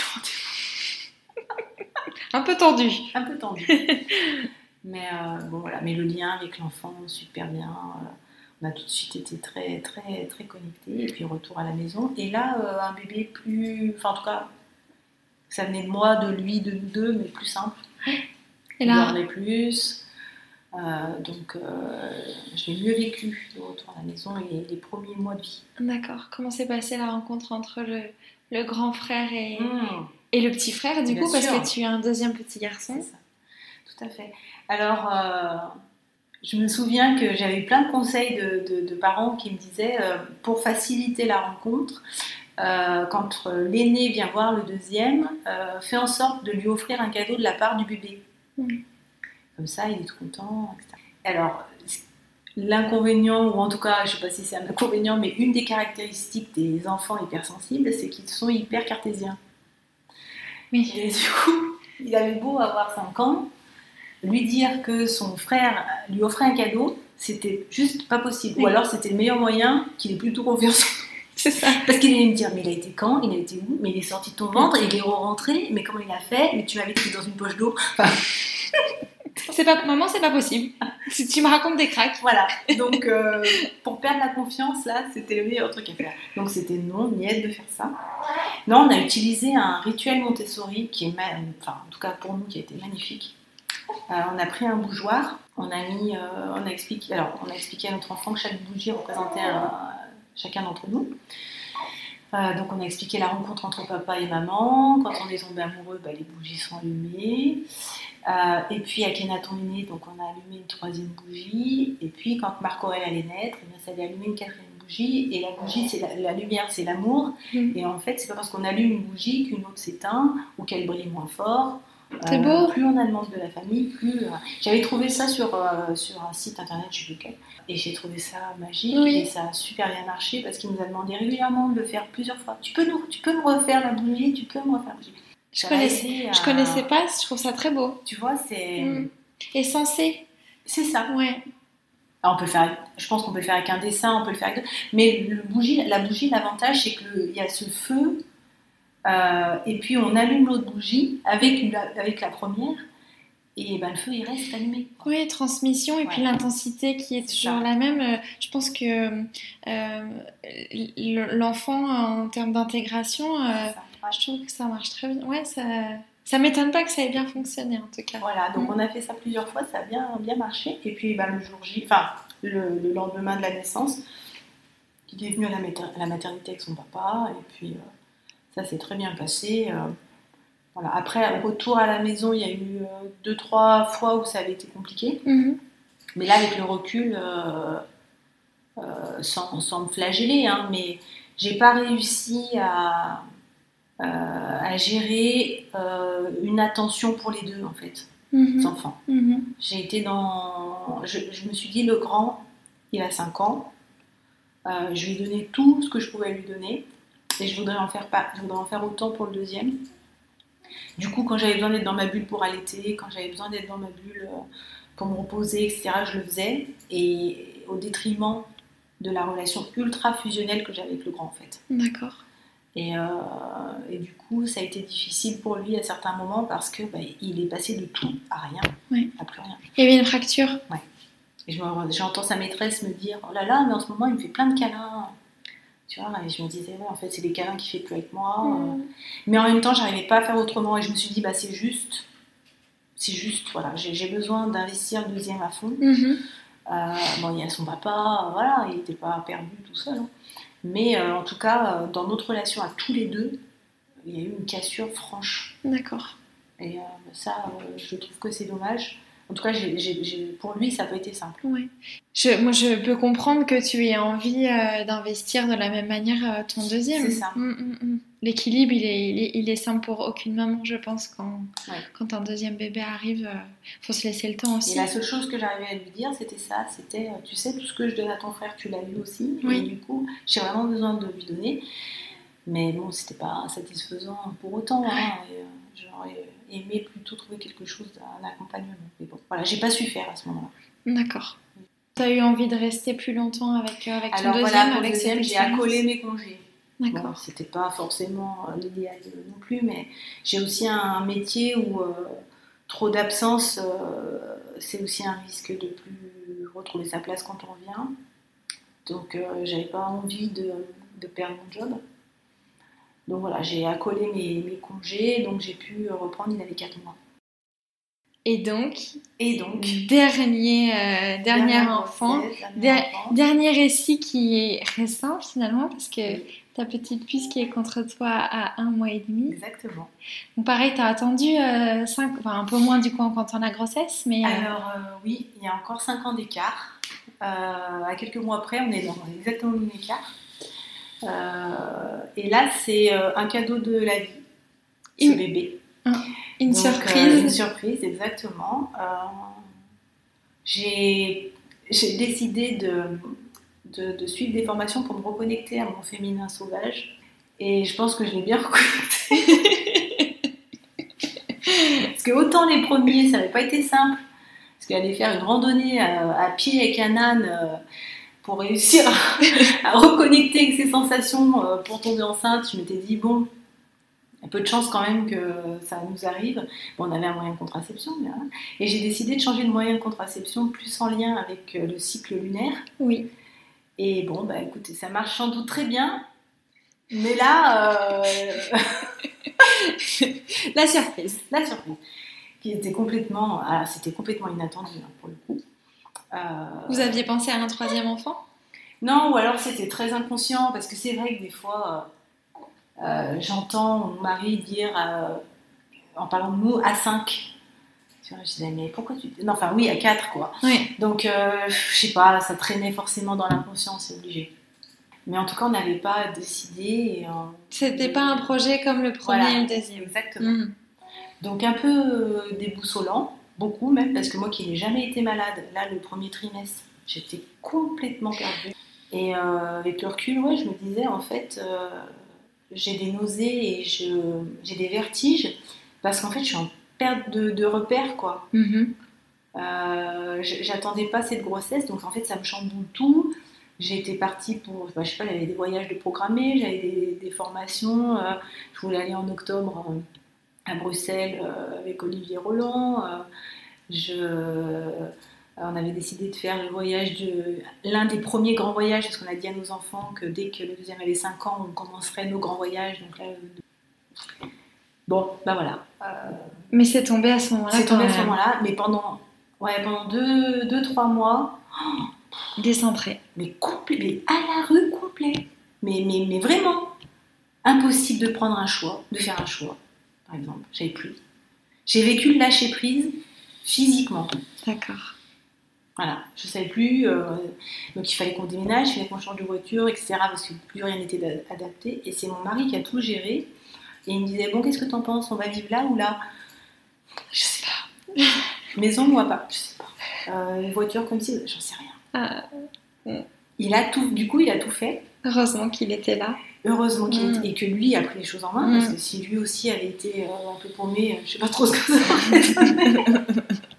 Un peu tendu. Un peu tendu. Mais euh, bon, voilà. Mais le lien avec l'enfant, super bien. Euh, on a tout de suite été très, très, très connectés. Et puis, retour à la maison. Et là, euh, un bébé plus... Enfin, en tout cas... Ça venait de moi, de lui, de nous deux, mais plus simple. Et Il là, dormait plus. Euh, donc, euh, j'ai mieux vécu de retour à la maison et les premiers mois de vie. d'accord. Comment s'est passée la rencontre entre le, le grand frère et, Mmh, et le petit frère, du bien coup, parce sûr, que tu as un deuxième petit garçon? c'est ça, tout à fait. Alors, euh, je me souviens que j'avais plein de conseils de, de, de parents qui me disaient, euh, pour faciliter la rencontre, euh, quand l'aîné vient voir le deuxième, euh, fais en sorte de lui offrir un cadeau de la part du bébé. Mmh. Comme ça, il est tout content, et cetera. Alors, l'inconvénient, ou en tout cas, je ne sais pas si c'est un inconvénient, mais une des caractéristiques des enfants hypersensibles, c'est qu'ils sont hyper cartésiens. Oui. Et du coup, il avait beau avoir cinq ans, lui dire que son frère lui offrait un cadeau, c'était juste pas possible. Oui. Ou alors, c'était le meilleur moyen qu'il ait plutôt confiance. C'est ça. Parce qu'il allait me dire, mais il a été quand? Il a été où? Mais il est sorti de ton ventre, il est rentré, mais comment il a fait? Mais tu m'avais dit dans une poche d'eau. Enfin, C'est pas, maman, c'est pas possible. Si tu me racontes des cracks. voilà. Donc, euh, pour perdre la confiance, là, c'était le meilleur truc à faire. Donc, c'était non, niette de faire ça. Non, on a utilisé un rituel Montessori qui est, ma- enfin, en tout cas pour nous, qui a été magnifique. Euh, on a pris un bougeoir, on a mis, euh, on a expliqué, alors, on a expliqué à notre enfant que chaque bougie représentait un, chacun d'entre nous. Euh, donc, on a expliqué la rencontre entre papa et maman. Quand on est tombé amoureux, bah, les bougies sont allumées. Euh, et puis avec Akhenaton est né, donc on a allumé une troisième bougie. Et puis quand Marc Aurèle allait naître, eh bien, ça allait allumer une quatrième bougie. Et la bougie, c'est la, la lumière, c'est l'amour. Mmh. Et en fait, c'est pas parce qu'on allume une bougie qu'une autre s'éteint ou qu'elle brille moins fort. C'est Euh, beau. Plus on a de membres de la famille, plus. Euh, J'avais trouvé ça sur, euh, sur un site internet, je sais plus lequel. Et j'ai trouvé ça magique. Oui. Et ça a super bien marché parce qu'il nous a demandé régulièrement de le faire plusieurs fois. Tu peux, nous, tu peux me refaire la bougie, tu peux me refaire la bougie. Je Ça a connaissais, aidé à- je connaissais pas, je trouve ça très beau. Tu vois, c'est. Mmh. Et sensé. C'est ça. Ouais. Alors, on peut le faire, je pense qu'on peut le faire avec un dessin, on peut le faire avec d'autres. Mais le bougie, la bougie, l'avantage, c'est qu'il y a ce feu, euh, et puis on allume l'autre bougie avec, une, avec la première, et ben, le feu, il reste allumé. Oui, transmission, et Ouais. puis l'intensité qui est C'est toujours ça. la même. Euh, Je pense que euh, l- l'enfant, en termes d'intégration, euh, C'est ça. Ouais. je trouve que ça marche très bien. Ouais, ça, ça m'étonne pas que ça ait bien fonctionné, en tout cas. Voilà, donc Mm. on a fait ça plusieurs fois, ça a bien, bien marché. Et puis ben, le jour J, enfin le, le lendemain de la naissance, il est venu à la, mater- à la maternité avec son papa, et puis euh, ça s'est très bien passé. euh, voilà. Après, au retour à la maison, il y a eu euh, deux, trois fois où ça avait été compliqué. Mhm. Mais là, avec le recul, euh, euh, sans, sans me flageller, hein, mais j'ai pas réussi à, euh, à gérer euh, une attention pour les deux, en fait, Mhm. les enfants. Mhm. J'ai été dans... Je, je me suis dit, le grand, il a cinq ans, euh, je lui ai donné tout ce que je pouvais lui donner, et je voudrais en faire, pas, je voudrais en faire autant pour le deuxième. Du coup, quand j'avais besoin d'être dans ma bulle pour allaiter, quand j'avais besoin d'être dans ma bulle euh, pour me reposer, et cetera, je le faisais, et au détriment de la relation ultra fusionnelle que j'avais avec le grand, en fait. D'accord. Et, euh, et du coup, ça a été difficile pour lui à certains moments parce que bah, il est passé de tout à rien, Oui. à plus rien. Il y avait une fracture. Et je me- j'entends sa maîtresse me dire, oh là là, mais en ce moment, il me fait plein de câlins. Tu vois, et je me disais, ouais, en fait, c'est les câlins qu'il fait plus avec moi. Mhm. Mais en même temps, j'arrivais pas à faire autrement. Et je me suis dit, bah, c'est juste. C'est juste, voilà. J'ai, j'ai besoin d'investir le deuxième à fond. Mhm. Euh, bon, il y a son papa, voilà, il n'était pas perdu tout seul. Hein. Mais euh, en tout cas, euh, dans notre relation à tous les deux, il y a eu une cassure franche. D'accord. Et euh, ça, euh, je trouve que c'est dommage. En tout cas, j'ai, j'ai, j'ai- pour lui, ça n'a pas été simple. Ouais. Je, moi, je peux comprendre que tu aies envie euh, d'investir de la même manière euh, ton deuxième. C'est ça. Mm, mm, mm. L'équilibre, il est, il, est, il est simple pour aucune maman, je pense, quand, Ouais. quand un deuxième bébé arrive. Il euh, faut se laisser le temps aussi. Et la seule chose que j'arrivais à lui dire, c'était ça, c'était, euh, tu sais, tout ce que je donne à ton frère, tu l'as eu aussi. Oui. Et du coup, j'ai vraiment besoin de lui donner. Mais bon, c'était pas satisfaisant pour autant. Hein, et, euh, j'aurais aimé plutôt trouver quelque chose d'un accompagnement. Mais bon, voilà, j'ai pas su faire à ce moment-là. D'accord. Tu as eu envie de rester plus longtemps avec, euh, avec ton Alors deuxième, voilà, pour le avec deuxième, cette j'ai expérience. accolé mes congés. D'accord. Bon, c'était pas forcément euh, l'idéal euh, non plus, mais j'ai aussi un métier où euh, trop d'absence, euh, c'est aussi un risque de plus retrouver sa place quand on revient. Donc, euh, j'avais pas envie de, de perdre mon job. Donc voilà, j'ai accolé mes, mes congés, donc j'ai pu reprendre, il avait quatre mois. Et donc, Et donc dernier, euh, dernier enfant, grossesse, dernier, der- enfant. dernier récit qui est récent finalement, parce que Oui. ta petite puce qui est contre toi a un mois et demi. Exactement. Donc pareil, t'as attendu euh, cinq, enfin un peu moins du coup en comptant la grossesse, mais... Euh... Alors euh, oui, il y a encore cinq ans d'écart. Euh, à quelques mois près, on est dans exactement le même écart. Euh, et là, c'est euh, un cadeau de la vie, ce une, bébé. Une Donc, surprise. Euh, une surprise, exactement. Euh, j'ai, j'ai décidé de, de, de suivre des formations pour me reconnecter à mon féminin sauvage. Et je pense que je l'ai bien reconnecté. Parce que autant les premiers, ça n'avait pas été simple. Parce qu'aller faire une randonnée à, à pied avec un âne euh, pour réussir à, à reconnecter avec ses sensations euh, pour tomber enceinte, je m'étais dit, bon, il y a peu de chance quand même que ça nous arrive. Bon, on avait un moyen de contraception, mais, hein. Et j'ai décidé de changer de moyen de contraception plus en lien avec le cycle lunaire. Oui. Et bon, bah écoutez, ça marche sans doute très bien. Mais là, euh... la surprise. La surprise. Qui était complètement, ah, c'était complètement inattendu hein, pour le coup. Euh... Vous aviez pensé à un troisième enfant ? Non, ou alors c'était très inconscient, parce que c'est vrai que des fois, euh, j'entends mon mari dire, euh, en parlant de nous, à cinq. Je disais, mais pourquoi tu... Non, enfin oui, à quatre, quoi. Oui. Donc, euh, je sais pas, ça traînait forcément dans l'inconscient, c'est obligé. Mais en tout cas, on n'avait pas décidé. Et, euh, C'était pas un projet comme le premier voilà, et le deuxième. Exactement. Mmh. Donc, un peu euh, déboussolant, beaucoup même, parce que moi qui n'ai jamais été malade, là, le premier trimestre, j'étais complètement perdue. Et euh, avec le recul, ouais, je me disais, en fait, euh, j'ai des nausées et je, j'ai des vertiges, parce qu'en fait, je suis en perte de, de repères, quoi. Mmh. Euh, j'attendais pas cette grossesse, donc en fait, ça me chamboule tout. J'étais partie pour, bah, je sais pas, j'avais des voyages de programmés, j'avais des, des formations. Euh, je voulais aller en octobre euh, à Bruxelles euh, avec Olivier Roland. Euh, je, euh, on avait décidé de faire le voyage de l'un des premiers grands voyages, parce qu'on a dit à nos enfants que dès que le deuxième avait cinq ans, on commencerait nos grands voyages. Donc là, euh, bon, bah voilà. Euh, mais c'est tombé à ce moment-là. C'est tombé à ce moment-là, mais pendant, ouais, pendant deux, deux, trois mois. Oh, décentré. Mais complet, mais à la rue complet. Mais, mais, mais vraiment impossible de prendre un choix, de faire un choix, par exemple. J'avais plus. J'ai vécu le lâcher prise physiquement. D'accord. Voilà, je ne savais plus. Euh, donc il fallait qu'on déménage, il fallait qu'on change de voiture, et cetera. Parce que plus rien n'était adapté. Et c'est mon mari qui a tout géré. Et il me disait, bon, qu'est-ce que t'en penses ? On va vivre là ou là ? Je sais pas. Maison ou appart ? Je sais pas. Euh, une voiture comme si, j'en sais rien. Ah. Il a tout, du coup, il a tout fait. Heureusement qu'il était là. Heureusement qu'il mmh. était, et que lui a pris les choses en main, mmh. parce que si lui aussi avait été euh, un peu paumé, je sais pas trop ce que ça aurait été.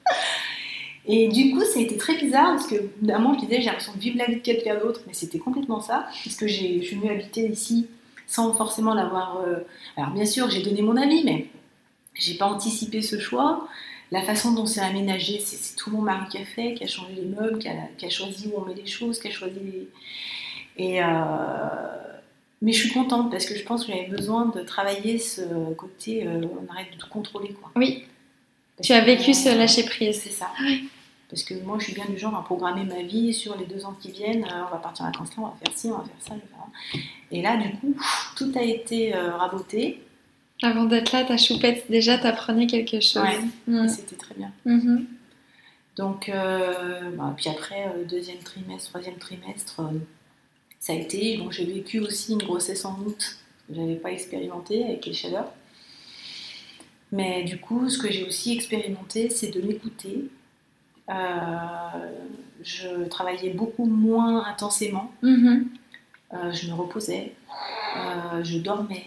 Et du coup, ça a été très bizarre, parce que d'un moment, je disais, j'ai l'impression de vivre la vie de quelqu'un d'autre, mais c'était complètement ça, parce que j'ai, je suis venue habiter ici sans forcément l'avoir... Euh... Alors bien sûr, j'ai donné mon avis, mais j'ai pas anticipé ce choix. La façon dont c'est aménagé, c'est, c'est tout mon mari qui a fait, qui a changé les meubles, qui a, qui a choisi où on met les choses, qui a choisi les... Et... Euh... Mais je suis contente, parce que je pense que j'avais besoin de travailler ce côté, euh, on arrête de tout contrôler, quoi. Oui, parce tu as vécu euh, ce lâcher-prise. C'est ça. Oui. Parce que moi, je suis bien du genre à programmer ma vie sur les deux ans qui viennent. Euh, on va partir en vacances là, on va faire ci, on va faire ça, et cetera. Et là, du coup, tout a été euh, raboté. Avant d'être là, ta choupette, déjà, t'apprenais quelque chose. Ouais, mmh. et c'était très bien. Mmh. Donc, euh, bah, puis après, euh, deuxième trimestre, troisième trimestre, euh, ça a été. Donc, j'ai vécu aussi une grossesse en août que je n'avais pas expérimenté avec les chaleurs. Mais du coup, ce que j'ai aussi expérimenté, c'est de m'écouter. Euh, je travaillais beaucoup moins intensément. Mmh. Euh, je me reposais. Euh, je dormais.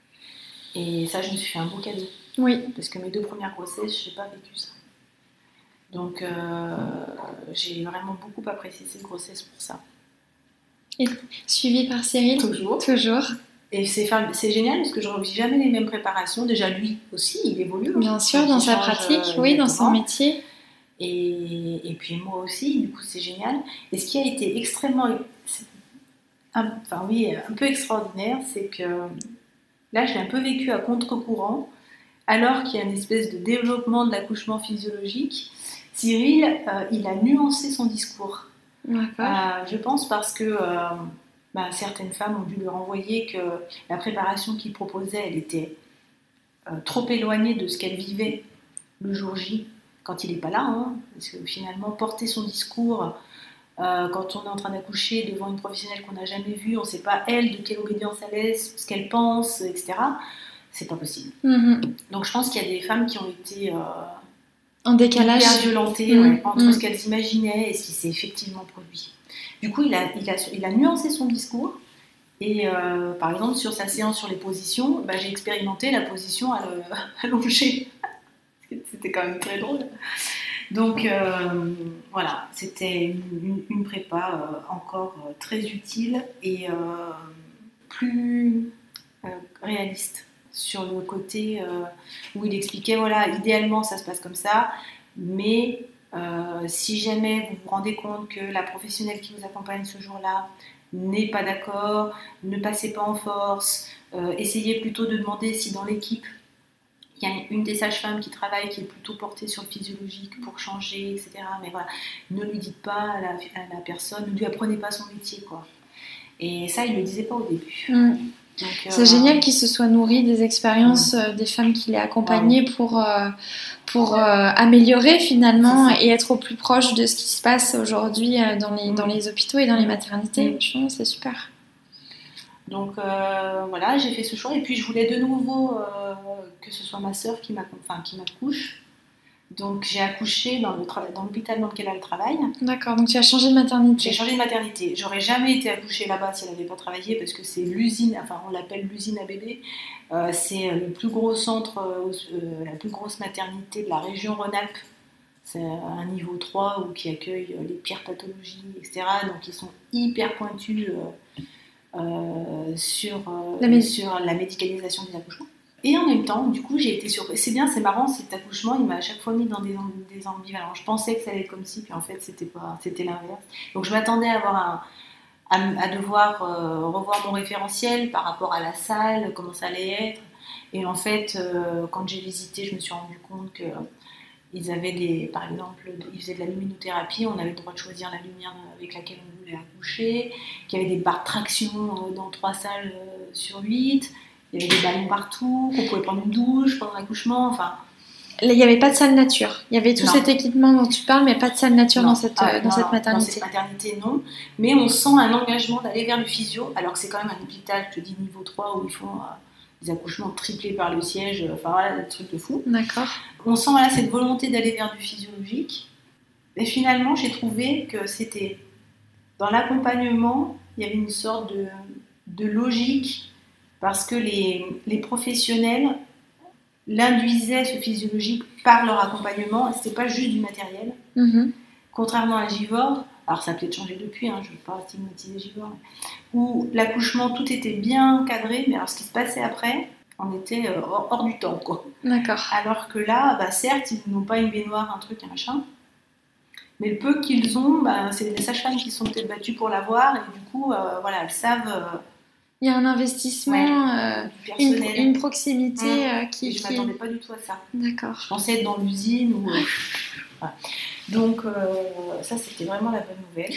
Et ça, je me suis fait un beau cadeau. Oui. Parce que mes deux premières grossesses, je n'ai pas vécu ça. Donc, euh, j'ai vraiment beaucoup apprécié cette grossesse pour ça. Et suivi par Cyril ? Toujours. Toujours. Et c'est, c'est génial parce que je ne revis jamais les mêmes préparations. Déjà, lui aussi, il évolue. Bien sûr, dans sa pratique, euh, oui, dans son métier. Et, et puis moi aussi, du coup, c'est génial. Et ce qui a été extrêmement... Enfin oui, un peu extraordinaire, c'est que Là, je l'ai un peu vécu à contre-courant, alors qu'il y a une espèce de développement de l'accouchement physiologique. Cyril, euh, il a nuancé son discours. D'accord. Euh, je pense parce que euh, bah, certaines femmes ont dû lui renvoyer que la préparation qu'il proposait, elle était euh, trop éloignée de ce qu'elle vivait le jour J, quand il n'est pas là. Hein, parce que finalement, porter son discours euh, quand on est en train d'accoucher devant une professionnelle qu'on n'a jamais vue, on ne sait pas elle de quelle obédience elle est, ce qu'elle pense, et cetera. C'est pas possible. Mm-hmm. Donc je pense qu'il y a des femmes qui ont été euh, en décalage, hyper violentées mmh. ouais, entre mmh. ce qu'elles imaginaient et ce qui s'est effectivement produit. Du coup, il a, il a, il a nuancé son discours. Et euh, par exemple, sur sa séance sur les positions, bah, j'ai expérimenté la position allongée. C'était quand même très drôle. Donc euh, voilà, c'était une, une, une prépa euh, encore euh, très utile et euh, plus euh, réaliste sur le côté euh, où il expliquait, voilà, idéalement ça se passe comme ça, mais euh, si jamais vous vous rendez compte que la professionnelle qui vous accompagne ce jour-là n'est pas d'accord, ne passez pas en force, euh, essayez plutôt de demander si dans l'équipe il y a une des sages-femmes qui travaille qui est plutôt portée sur le physiologique pour changer, et cetera. Mais voilà, ne lui dites pas à la, à la personne, ne lui apprenez pas son métier, quoi. Et ça, il ne le disait pas au début. Mmh. Donc, c'est euh, génial qu'il se soit nourri des expériences mmh. euh, des femmes qu'il a accompagnées wow. pour, euh, pour euh, améliorer finalement et être au plus proche de ce qui se passe aujourd'hui euh, dans, les, mmh. dans les hôpitaux et dans les maternités. Mmh. Je trouve c'est super. Donc euh, voilà, j'ai fait ce choix. Et puis je voulais de nouveau euh, que ce soit ma sœur qui m'accouche. Donc j'ai accouché dans, le tra- dans l'hôpital dans lequel elle travaille. D'accord, donc tu as changé de maternité. J'ai changé de maternité. J'aurais jamais été accouchée là-bas si elle n'avait pas travaillé parce que c'est l'usine, enfin on l'appelle l'usine à bébés. Euh, c'est le plus gros centre, euh, la plus grosse maternité de la région Rhône-Alpes. C'est un niveau trois où, qui accueille les pires pathologies, et cetera. Donc ils sont hyper pointus euh, euh, sur, euh, la méd- sur la médicalisation des accouchements. Et en même temps, du coup, j'ai été surprise. C'est bien, c'est marrant, cet accouchement, il m'a à chaque fois mis dans des, des ambivalences. Je pensais que ça allait être comme ci, puis en fait, c'était, pas, c'était l'inverse. Donc, je m'attendais à, avoir un, à, à devoir euh, revoir mon référentiel par rapport à la salle, comment ça allait être. Et en fait, euh, quand j'ai visité, je me suis rendu compte que ils avaient des, par exemple, ils faisaient de la luminothérapie, on avait le droit de choisir la lumière avec laquelle on voulait accoucher, qu'il y avait des barres de traction dans trois salles sur huit. Il y avait des ballons partout, qu'on pouvait prendre une douche pendant l'accouchement, enfin... Il n'y avait pas de salle nature. Il y avait tout non. cet équipement dont tu parles, mais pas de salle nature non. dans cette, ah, dans non, cette non. maternité. Dans cette maternité, non. Mais on sent un engagement d'aller vers le physio, alors que c'est quand même un hôpital, je te dis, niveau trois, où ils font euh, des accouchements triplés par le siège, enfin voilà, des trucs de fou. D'accord. On sent voilà, cette volonté d'aller vers du physiologique. Et finalement, j'ai trouvé que c'était... Dans l'accompagnement, il y avait une sorte de, de logique... Parce que les, les professionnels l'induisaient ce physiologique par leur accompagnement, et c'était pas juste du matériel. Mm-hmm. Contrairement à Givors, alors ça a peut-être changé depuis, hein, je ne veux pas stigmatiser Givors, où l'accouchement tout était bien cadré, mais alors ce qui se passait après, on était hors, hors du temps, quoi. D'accord. Alors que là, bah, certes, ils n'ont pas une baignoire, un truc, un machin, mais le peu qu'ils ont, bah, c'est des sages-femmes qui sont peut-être battues pour l'avoir, et du coup, euh, voilà, elles savent. Euh, Il y a un investissement, ouais, euh, une, une proximité mmh. euh, qui... Et je ne qui... m'attendais pas du tout à ça. D'accord. Je pensais être dans l'usine. Ou... voilà. Donc euh, ça, c'était vraiment la bonne nouvelle.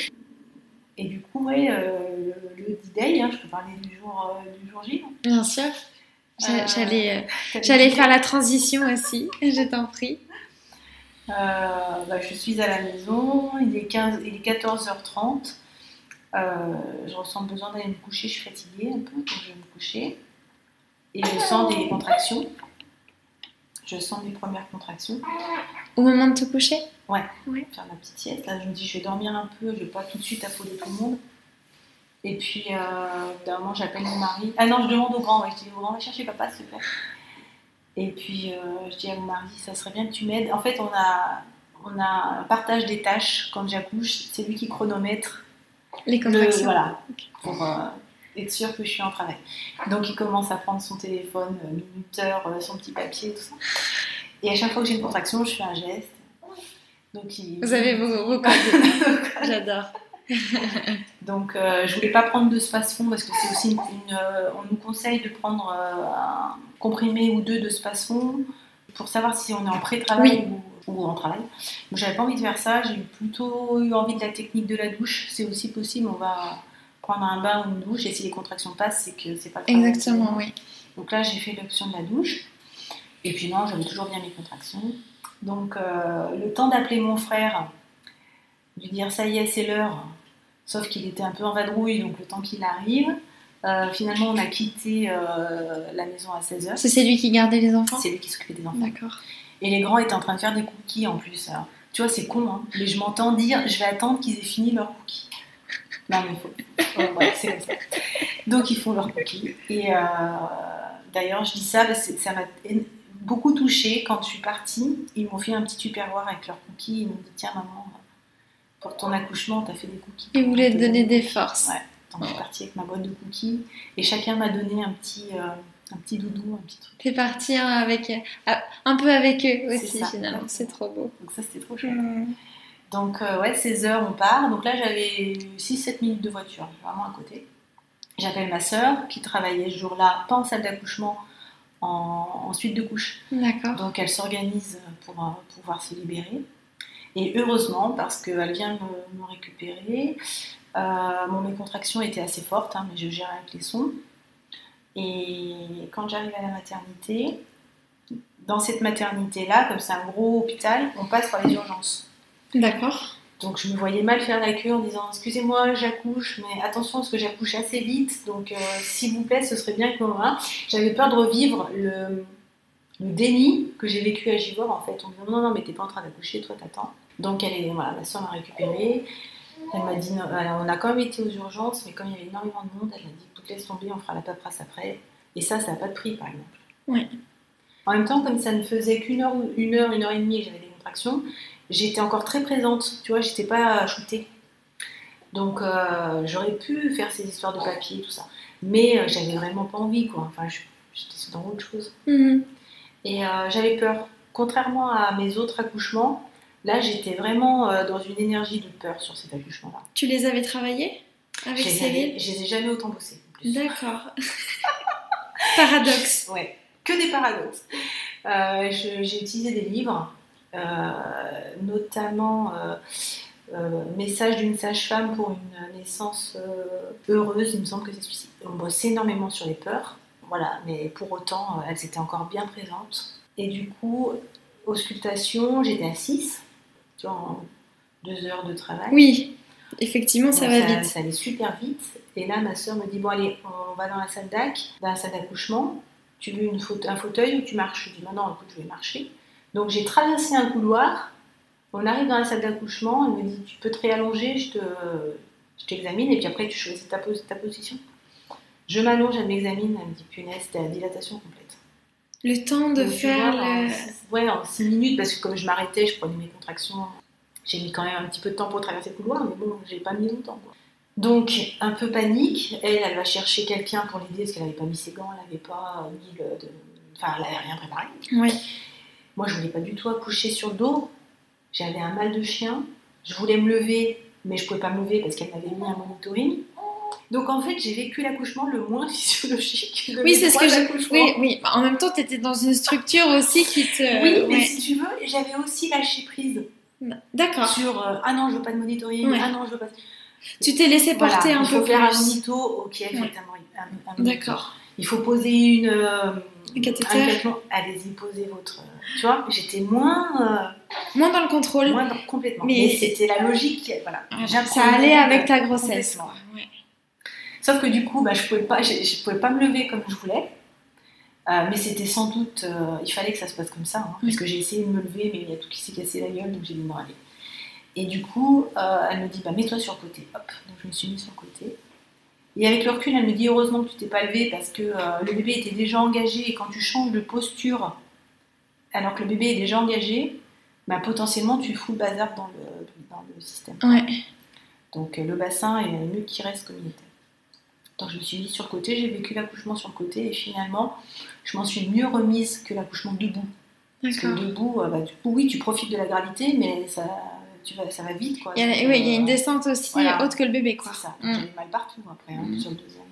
Et du coup, ouais, euh, le, le D-Day, hein, je peux parler du jour, euh, du jour J. Bien sûr. J'a, euh, j'allais euh, j'allais faire la transition aussi, je t'en prie. Euh, bah, je suis à la maison, il est, quinze, il est quatorze heures trente. Euh, je ressens le besoin d'aller me coucher, je suis fatiguée un peu, donc je vais me coucher. Et je sens des contractions. Je sens mes premières contractions. Au moment de te coucher ? Ouais, ouais. Faire ma petite sieste. Là, je me dis, je vais dormir un peu, je vais pas tout de suite affoler tout le monde. Et puis, euh, d'un moment, j'appelle mon mari. Ah non, je demande au grand, ouais, je dis au grand, va chercher papa, s'il te plaît. Et puis, euh, je dis à mon mari, ça serait bien que tu m'aides. En fait, on a, on a un partage des tâches quand j'accouche. C'est lui qui chronomètre. Les contractions. Le, voilà, pour euh, être sûr que je suis en travail. Donc il commence à prendre son téléphone, euh, minuteur, euh, son petit papier, tout ça. Et à chaque fois que j'ai une contraction, je fais un geste. Donc il... Vous avez vos, vos codes. J'adore. Donc euh, je voulais pas prendre de space-fond parce que c'est aussi une, une, euh, on nous conseille de prendre euh, un comprimé ou deux de space-fond pour savoir si on est en pré-travail Oui. ou, ou en travail. Donc j'avais pas envie de faire ça, j'ai plutôt eu envie de la technique de la douche. C'est aussi possible, on va prendre un bain ou une douche et si les contractions passent, c'est que c'est pas le travail. Exactement, oui. Donc là j'ai fait l'option de la douche. Et puis non, j'avais toujours bien mes contractions. Donc euh, le temps d'appeler mon frère, de lui dire ça y est, c'est l'heure, sauf qu'il était un peu en vadrouille, donc le temps qu'il arrive, euh, finalement on a quitté euh, la maison à seize heures. C'est, c'est lui qui gardait les enfants ? C'est lui qui s'occupait des enfants. D'accord. Et les grands étaient en train de faire des cookies en plus. Alors, tu vois, c'est con, hein, mais je m'entends dire je vais attendre qu'ils aient fini leurs cookies. Non, mais il faut. Ouais, ouais, c'est comme ça. Donc ils font leurs cookies. Et euh, d'ailleurs, je dis ça parce que ça m'a beaucoup touchée quand je suis partie. Ils m'ont fait un petit tupperware avec leurs cookies. Ils m'ont dit tiens, maman, pour ton accouchement, t'as fait des cookies. Ils voulaient te donner des forces. Ouais. Donc je suis partie avec ma boîte de cookies et chacun m'a donné un petit, euh, un petit doudou, un petit truc. T'es partie avec, euh, un peu avec eux aussi, C'est ça, finalement. ouais. C'est trop beau. Donc ça, c'était trop chouette. Mmh. Donc euh, ouais, seize heures, on part. Donc là, j'avais six sept minutes de voiture, vraiment à côté. J'appelle ma sœur qui travaillait ce jour-là, pas en salle d'accouchement, en, en suite de couche. D'accord. Donc elle s'organise pour euh, pouvoir se libérer. Et heureusement, parce qu'elle vient me, me récupérer, euh, bon, mes contractions étaient assez fortes, hein, mais je gérais avec les sons. Et quand j'arrive à la maternité, dans cette maternité-là, comme c'est un gros hôpital, on passe par les urgences. D'accord. Donc je me voyais mal faire la queue en disant « Excusez-moi, j'accouche, mais attention parce que j'accouche assez vite, donc euh, s'il vous plaît, ce serait bien que... Hein. » J'avais peur de revivre le, le déni que j'ai vécu à Givors, en fait. On me disait « Non, non, mais t'es pas en train d'accoucher, toi t'attends. » Donc elle est, voilà, ma soeur m'a récupérée. Elle m'a dit, alors on a quand même été aux urgences, mais comme il y avait énormément de monde, elle m'a dit, écoute, laisse tomber, on fera la paperasse après. Et ça, ça n'a pas de prix, par exemple. Oui. En même temps, comme ça ne faisait qu'une heure, une heure, une heure et demie que j'avais des contractions, j'étais encore très présente, tu vois, j'étais pas shootée. Donc euh, j'aurais pu faire ces histoires de papier, tout ça. Mais euh, j'avais vraiment pas envie, quoi. Enfin, je, j'étais dans autre chose. Mmh. Et euh, j'avais peur. Contrairement à mes autres accouchements, là, j'étais vraiment euh, dans une énergie de peur sur cet accouchement-là. Tu les avais travaillés avec Je les Cyril avais- Je les ai jamais autant bossés. en plus. D'accord. Paradoxe. Ouais, que des paradoxes. Euh, je- j'ai utilisé des livres, euh, notamment euh, euh, Message d'une sage-femme pour une naissance euh, heureuse, il me semble que c'est celui-ci. On bossait énormément sur les peurs, voilà, mais pour autant, euh, elles étaient encore bien présentes. Et du coup, auscultation, j'étais à six, tu vois, en deux heures de travail. Oui, effectivement, ça Donc, va vite. Ça allait super vite. Et là, ma soeur me dit, bon allez, on va dans la salle d'ac, dans la salle d'accouchement. Tu veux une faute, un fauteuil ou tu marches? Je dis, non, non, écoute, je vais marcher. Donc j'ai traversé un couloir. On arrive dans la salle d'accouchement. Elle me dit, tu peux te réallonger, je, te, je t'examine et puis après tu choisis ta, pos- ta position. Je m'allonge, elle m'examine. Elle me dit, punaise, t'es à dilatation complète. Le temps de Donc, tu faire vois, en le... six- ouais, en six minutes, parce que comme je m'arrêtais, je prenais mes contractions. J'ai mis quand même un petit peu de temps pour traverser le couloir, mais bon, j'ai pas mis longtemps, quoi. Donc, un peu panique. Elle, elle va chercher quelqu'un pour l'aider parce qu'elle n'avait pas mis ses gants, elle n'avait pas mis le... De... Enfin, elle n'avait rien préparé. Oui. Moi, je voulais pas du tout accoucher sur le dos. J'avais un mal de chien. Je voulais me lever, mais je pouvais pas me lever parce qu'elle m'avait mis un monitoring. Donc, en fait, j'ai vécu l'accouchement le moins physiologique de Oui, mes c'est ce trois que je... accouchements. Oui, oui. En même temps, tu étais dans une structure aussi qui te... Oui, mais ouais. si tu veux, j'avais aussi lâché prise D'accord. sur euh, ah non, je veux pas de monitoring, Ouais. ah non, je veux pas. Tu t'es laissé porter Voilà, un il faut peu faire un plus. monito, ok, il faut Ouais. être un, un, un monito. D'accord. Il faut poser une euh, Un cathéter. un cathéter. Allez-y, posez votre. Tu vois, j'étais moins, Moins dans le euh, contrôle. moins dans- complètement. Mais- Mais, c'était la logique, voilà. Ah, J'apprenais, ça allait avec euh, ta grossesse. complètement. Ouais. Sauf que du coup, bah, je pouvais pas, je, je pouvais pas me lever comme je voulais. Euh, mais c'était sans doute, euh, il fallait que ça se passe comme ça, hein, parce Mm. que j'ai essayé de me lever, mais il y a tout qui s'est cassé la gueule, donc j'ai dit non, allez. Et du coup, euh, elle me dit, bah, mets-toi sur le côté. Hop, donc je me suis mise sur le côté. Et avec le recul, elle me dit, heureusement que tu t'es pas levée, parce que euh, le bébé était déjà engagé, et quand tu changes de posture, alors que le bébé est déjà engagé, bah, potentiellement tu fous le bazar dans le, dans le système. Ouais. Donc euh, le bassin est mieux qu'il reste comme il était. Donc je me suis mise sur le côté, j'ai vécu l'accouchement sur le côté, et finalement, je m'en suis mieux remise que l'accouchement debout. Parce que D'accord. debout, euh, bah, du coup, oui, tu profites de la gravité, mais ça, tu vas, ça va vite, quoi. Il y a, Donc, oui, il y a une euh, descente aussi voilà. haute que le bébé, quoi. C'est ça. Mm. J'avais mal partout après, hein, Mm. sur le deuxième.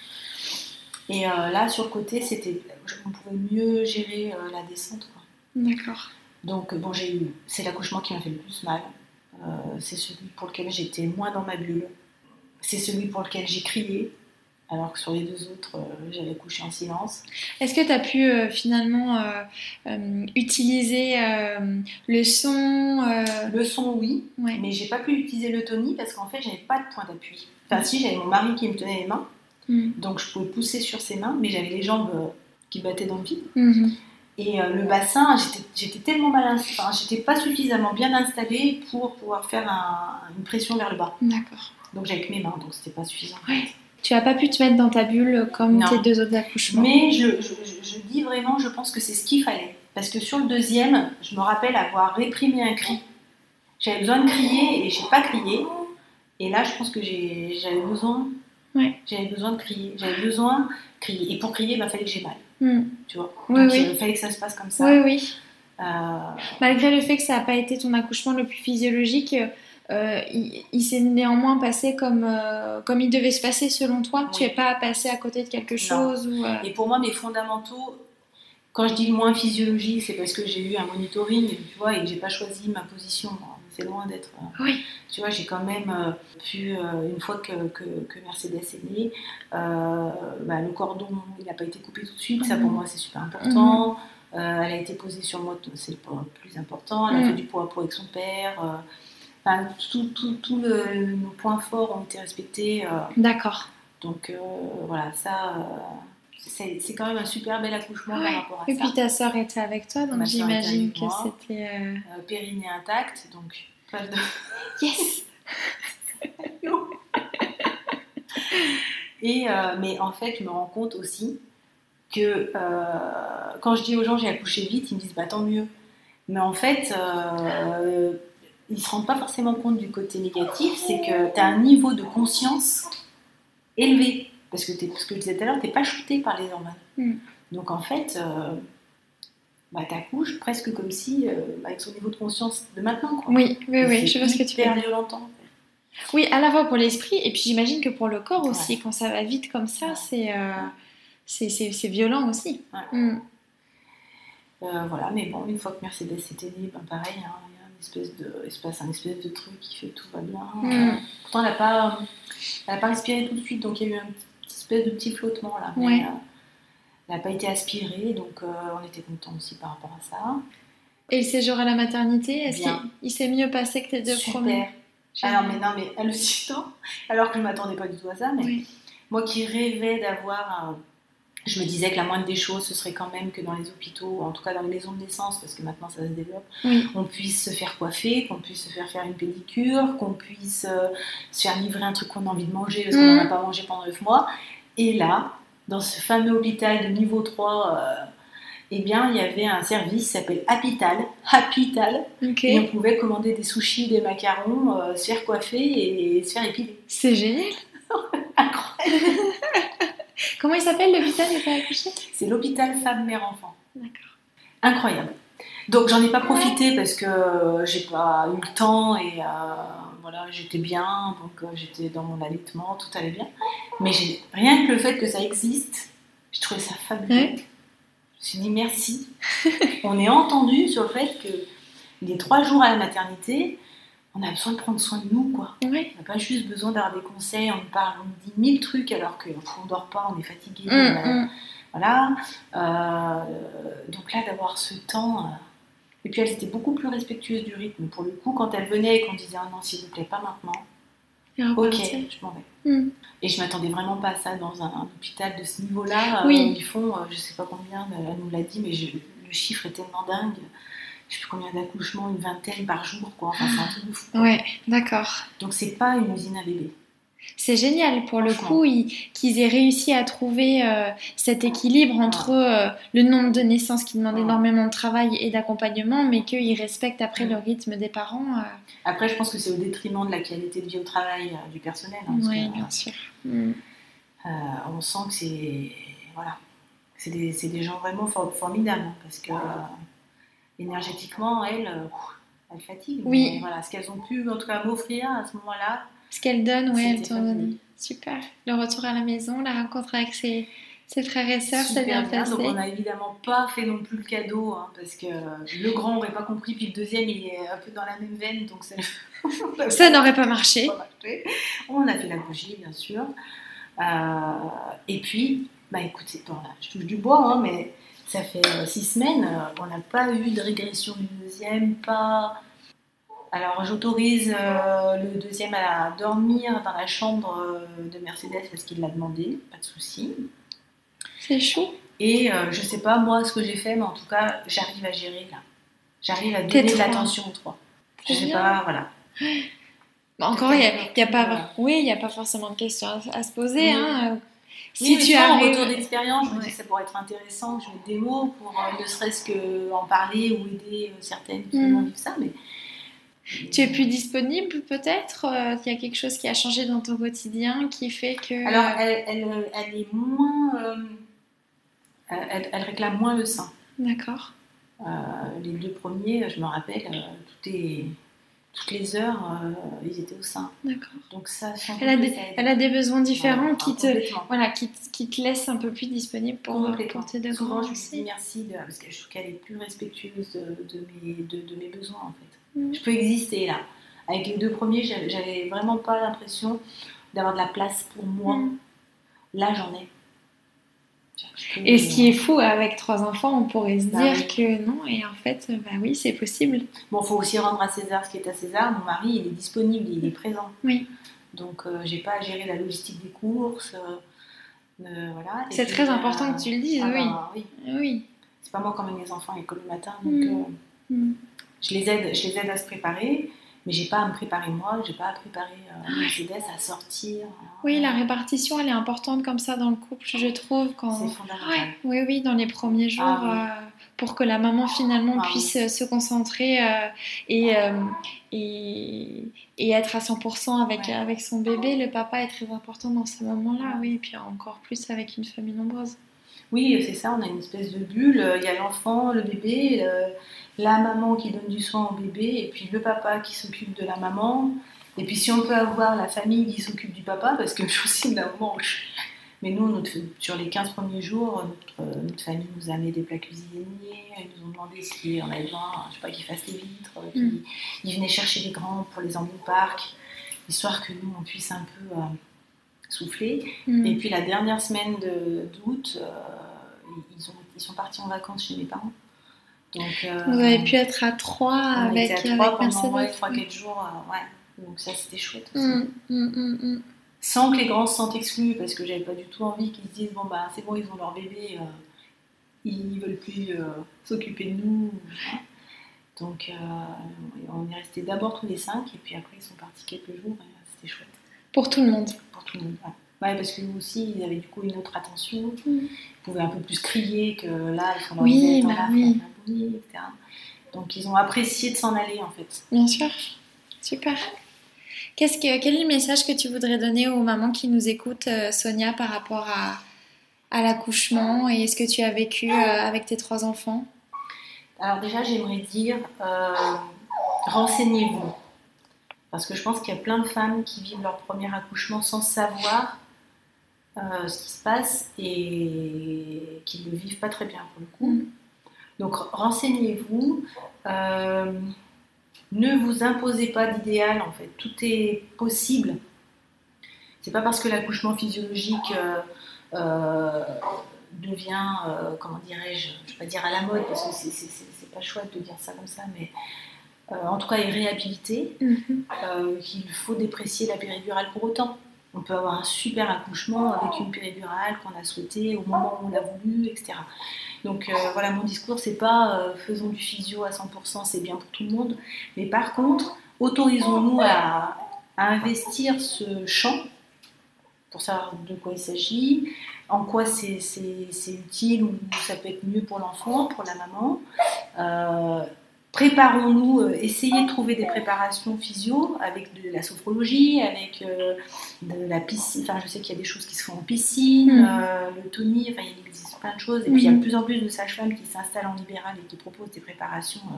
Et euh, là, sur le côté, c'était, on pouvait mieux gérer euh, la descente, quoi. D'accord. Donc, bon, j'ai eu, c'est l'accouchement qui m'a fait le plus mal. Euh, c'est celui pour lequel j'étais moins dans ma bulle. C'est celui pour lequel j'ai crié, alors que sur les deux autres, euh, j'avais couché en silence. Est-ce que tu as pu euh, finalement euh, euh, utiliser euh, le son euh... Le son, oui, ouais. mais j'ai pas pu utiliser le Tony parce qu'en fait, j'avais pas de point d'appui. Enfin, si, j'avais mon mari qui me tenait les mains, mm. donc je pouvais pousser sur ses mains, mais j'avais les jambes euh, qui battaient dans le vide. Mm-hmm. Et euh, le bassin, j'étais, j'étais tellement mal installée, enfin, j'étais pas suffisamment bien installée pour pouvoir faire un, une pression vers le bas. D'accord. Donc j'avais que mes mains, donc c'était pas suffisant. Ouais. Tu n'as pas pu te mettre dans ta bulle comme non. tes deux autres accouchements. Mais je, je, je dis vraiment, je pense que c'est ce qu'il fallait. Parce que sur le deuxième, je me rappelle avoir réprimé un cri. J'avais besoin de crier et j'ai pas crié. Et là, je pense que j'ai, j'avais besoin, ouais. j'avais besoin de crier. J'avais besoin de crier. Et pour crier, il bah, fallait que j'ai mal. Mm. Tu vois. Oui, donc oui. il fallait que ça se passe comme ça. Oui, oui. Euh... Malgré le fait que ça n'a pas été ton accouchement le plus physiologique, euh, il, il s'est néanmoins passé comme, euh, comme il devait se passer selon toi. Oui. Tu n'es pas passé à côté de quelque chose ou, euh... Et pour moi, mes fondamentaux, quand je dis moins physiologie, c'est parce que j'ai eu un monitoring, tu vois, et que j'ai pas choisi ma position. C'est loin d'être. Euh... Oui. Tu vois, j'ai quand même euh, pu, euh, une fois que, que, que Mercedes est née, euh, bah, le cordon, il n'a pas été coupé tout de suite. Mm-hmm. Ça, pour moi, c'est super important. Mm-hmm. Euh, elle a été posée sur moi, c'est le plus important. Elle mm-hmm. a fait du pot à pot avec son père. Euh, Enfin, tout, tout, tout le, nos points forts ont été respectés. Euh, D'accord. Donc euh, voilà, ça, euh, c'est, c'est quand même un super bel accouchement ouais. par rapport à Et ça. Et puis ta sœur était avec toi, donc j'imagine que moi. C'était... Euh... Euh, périnée intact, donc pas de... Yes. Et, euh, mais en fait, je me rends compte aussi que euh, quand je dis aux gens j'ai accouché vite, ils me disent bah tant mieux. Mais en fait... Euh, ils ne se rendent pas forcément compte du côté négatif, c'est que tu as un niveau de conscience élevé. Parce que, ce que je disais tout à l'heure, tu n'es pas shooté par les hormones. Mm. Donc en fait, euh, bah, tu accouches presque comme si, euh, avec son niveau de conscience de maintenant. Quoi. Oui, oui, oui, je vois ce que tu veux dire. Violentant. Oui, à la fois pour l'esprit, et puis j'imagine que pour le corps aussi, ouais. quand ça va vite comme ça, ouais. c'est, euh, c'est, c'est, c'est violent aussi. Ouais. Mm. Euh, voilà, mais bon, une fois que Mercedes était née, ben pareil, hein, espèce de, il se passe un espèce de truc qui fait que tout va bien. Mm. Pourtant, elle n'a pas, elle a pas respiré tout de suite, donc il y a eu un petit espèce de petit flottement là. Mais, ouais. euh, elle n'a pas été aspirée, donc euh, on était contents aussi par rapport à ça. Et le séjour à la maternité, est-ce bien. qu'il il s'est mieux passé que tes deux Super. premiers? Alors, mais non, mais hallucinant, alors que je ne m'attendais pas du tout à ça, mais oui. moi qui rêvais d'avoir un... Je me disais que la moindre des choses, ce serait quand même que dans les hôpitaux, en tout cas dans les maisons de naissance, parce que maintenant ça se développe, oui. on puisse se faire coiffer, qu'on puisse se faire faire une pédicure, qu'on puisse euh, se faire livrer un truc qu'on a envie de manger parce mmh. qu'on n'en a pas mangé pendant neuf mois. Et là, dans ce fameux hôpital de niveau trois, euh, eh bien, il y avait un service qui s'appelle Hapital, Hapital, okay. et on pouvait commander des sushis, des macarons, euh, se faire coiffer et, et se faire épiler. C'est génial. Incroyable. Comment il s'appelle l'hôpital où tu as accouché ? C'est l'hôpital Femme-Mère-Enfant. D'accord. Incroyable. Donc j'en ai pas profité parce que euh, j'ai pas eu le temps et euh, voilà, j'étais bien, donc euh, j'étais dans mon allaitement, tout allait bien. Mais j'ai, rien que le fait que ça existe, j'ai trouvé ça fabuleux. Ouais. Je me suis dit merci. On est entendu sur le fait que les trois jours à la maternité, on a besoin de prendre soin de nous, quoi. Ouais. On n'a pas juste besoin d'avoir des conseils, on nous parle, on nous dit mille trucs alors qu'on ne dort pas, on est fatigué. Mmh, euh, mmh. Voilà. Euh, donc là, d'avoir ce temps. Euh... Et puis elle était beaucoup plus respectueuse du rythme. Pour le coup, quand elle venait et qu'on disait ah non, s'il vous plaît, pas maintenant. Ok, je m'en vais. Mmh. Et je m'attendais vraiment pas à ça dans un, un hôpital de ce niveau-là. Oui. Euh, ils font, euh, je sais pas combien, elle nous l'a dit, mais je, le chiffre est tellement dingue. Je sais plus combien d'accouchements, une vingtaine par jour, quoi. Enfin, c'est un truc de fou. Quoi. Ouais, d'accord. Donc c'est pas une usine à bébé. C'est génial pour le coup ils, qu'ils aient réussi à trouver euh, cet équilibre entre euh, le nombre de naissances qui demandent énormément de travail et d'accompagnement, mais qu'ils respectent après le rythme des parents. Euh... Après, je pense que c'est au détriment de la qualité de vie au travail euh, du personnel. Hein, oui, que, bien sûr. Mm. Euh, on sent que c'est voilà, c'est des, c'est des gens vraiment for- formidables hein, parce que euh, énergétiquement, elle, euh, elles fatiguent. Oui. Mais voilà, ce qu'elles ont pu, en tout cas, m'offrir à ce moment-là. Ce qu'elles donnent, oui, elles C'était t'ont donné. fabuleux. Super. Le retour à la maison, la rencontre avec ses, ses frères et sœurs, c'est Super bien passé. Donc on n'a évidemment pas fait non plus le cadeau, hein, parce que le grand n'aurait pas compris, puis le deuxième il est un peu dans la même veine, donc c'est... Ça n'aurait pas marché. pas marché. On a fait la bougie, bien sûr. Euh, et puis, bah écoutez, bon, là, je touche du bois, hein, mais ça fait euh, six semaines, euh, on n'a pas eu de régression du deuxième, pas... Alors j'autorise euh, le deuxième à dormir dans la chambre euh, de Mercedes parce qu'il l'a demandé, pas de souci. C'est chou. Et euh, je sais pas moi ce que j'ai fait, mais en tout cas j'arrive à gérer là. J'arrive à donner de l'attention aux trois. Je sais pas, voilà. Bah, encore, il n'y a, y a pas, voilà. Oui, il n'y a pas forcément de questions à, à se poser. Oui. Hein. Si oui, tu as un retour d'expérience, je me dis que ça pourrait être intéressant que je mette des mots pour euh, ne serait-ce qu'en parler ou aider euh, certaines qui mm. vivent ça, mais... Tu es plus disponible peut-être? Il euh, y a quelque chose qui a changé dans ton quotidien qui fait que... Alors, elle, elle, elle est moins... Euh, elle, elle réclame moins le sein. D'accord. Euh, les deux premiers, je me rappelle, euh, toutes, les, toutes les heures, euh, ils étaient au sein. D'accord. Donc ça, elle, a des, elle a des besoins différents voilà, qui, te, voilà, qui, qui te laissent un peu plus disponible pour, pour tes deux Souvent, grands je lui aussi. dis merci, de, parce que je trouve qu'elle est plus respectueuse de, de, mes, de, de mes besoins en fait. Je peux exister là. Avec les deux premiers, j'avais vraiment pas l'impression d'avoir de la place pour moi. Mm. Là, j'en ai. Peux... Et ce qui est fou, avec trois enfants, on pourrait se bah dire oui. que non, et en fait, bah oui, c'est possible. Bon, il faut aussi rendre à César ce qui est à César. Mon mari, il est disponible, il est présent. Oui. Donc, euh, j'ai pas à gérer la logistique des courses. Euh, euh, voilà. C'est très euh, important que tu le dises, ah oui. Bah, oui. oui. C'est pas moi quand même les enfants à l'école le matin, donc... Mm. Euh, mm. Je les, aide, je les aide à se préparer, mais j'ai pas à me préparer moi, j'ai pas à préparer euh, Mercedes à sortir. Oui, la répartition, elle est importante comme ça dans le couple, je trouve. Quand... C'est fondamental. Ouais, oui, oui, dans les premiers jours, ah, oui. euh, pour que la maman finalement ah, puisse oui. se concentrer euh, et, euh, et, et être à cent pour cent avec, ouais. avec son bébé. Le papa est très important dans ces moments-là, oui, et puis encore plus avec une famille nombreuse. Oui, c'est ça, on a une espèce de bulle, il y a l'enfant, le bébé, le, la maman qui donne du soin au bébé, et puis le papa qui s'occupe de la maman, et puis si on peut avoir la famille qui s'occupe du papa, parce que je suis aussi d'un moment, mais nous, notre, sur les quinze premiers jours, notre, notre famille nous a amené des plats cuisinés, ils nous ont demandé si on avait besoin, je sais pas, qu'ils fassent les vitres, qu'ils mm. ils venaient chercher les grands pour les emmener au parc, histoire que nous, on puisse un peu... Euh, souffler. Mmh. Et puis la dernière semaine de, d'août, euh, ils, ont, ils sont partis en vacances chez mes parents. Donc, euh, vous avez pu être à trois on avec était à trois avec pendant ouais, trois quatre jours. Euh, ouais. Donc ça, c'était chouette aussi. Mmh, mmh, mmh. Sans que les grands se sentent exclus, parce que j'avais pas du tout envie qu'ils se disent bon bah c'est bon, ils ont leur bébé, euh, ils veulent plus euh, s'occuper de nous. Donc euh, on est restés d'abord tous les cinq, et puis après ils sont partis quelques jours, et c'était chouette. Pour tout le monde. Pour tout le monde, ouais. Ouais, parce que nous aussi, ils avaient du coup une autre attention. Mmh. Ils pouvaient un peu plus crier que là, ils sont dans oui, les bah oui. et cetera. Donc ils ont apprécié de s'en aller en fait. Bien sûr, super. Qu'est-ce que, quel est le message que tu voudrais donner aux mamans qui nous écoutent, Sonia, par rapport à, à l'accouchement et ce que tu as vécu avec tes trois enfants? Alors déjà, j'aimerais dire, euh, renseignez-vous. Parce que je pense qu'il y a plein de femmes qui vivent leur premier accouchement sans savoir euh, ce qui se passe et qui ne le vivent pas très bien pour le coup. Mmh. Donc renseignez-vous, euh, ne vous imposez pas d'idéal en fait, tout est possible. C'est pas parce que l'accouchement physiologique euh, euh, devient, euh, comment dirais-je, je vais pas dire à la mode parce que c'est, c'est, c'est, c'est pas chouette de dire ça comme ça, mais Euh, en tout cas est réhabilité, mm-hmm. euh, qu'il faut déprécier la péridurale pour autant. On peut avoir un super accouchement avec une péridurale qu'on a souhaité au moment où on l'a voulu, et cetera. Donc euh, voilà, mon discours, c'est pas euh, faisons du physio à cent pour cent, c'est bien pour tout le monde, mais par contre, autorisons-nous à, à investir ce champ pour savoir de quoi il s'agit, en quoi c'est, c'est, c'est utile ou ça peut être mieux pour l'enfant, pour la maman. Euh, Préparons-nous, euh, essayez de trouver des préparations physio avec de la sophrologie, avec euh, de la piscine. Enfin, je sais qu'il y a des choses qui se font en piscine, mmh. euh, le toni, enfin, il existe plein de choses. Et mmh. puis, il y a de plus en plus de sages-femmes qui s'installent en libéral et qui proposent des préparations euh,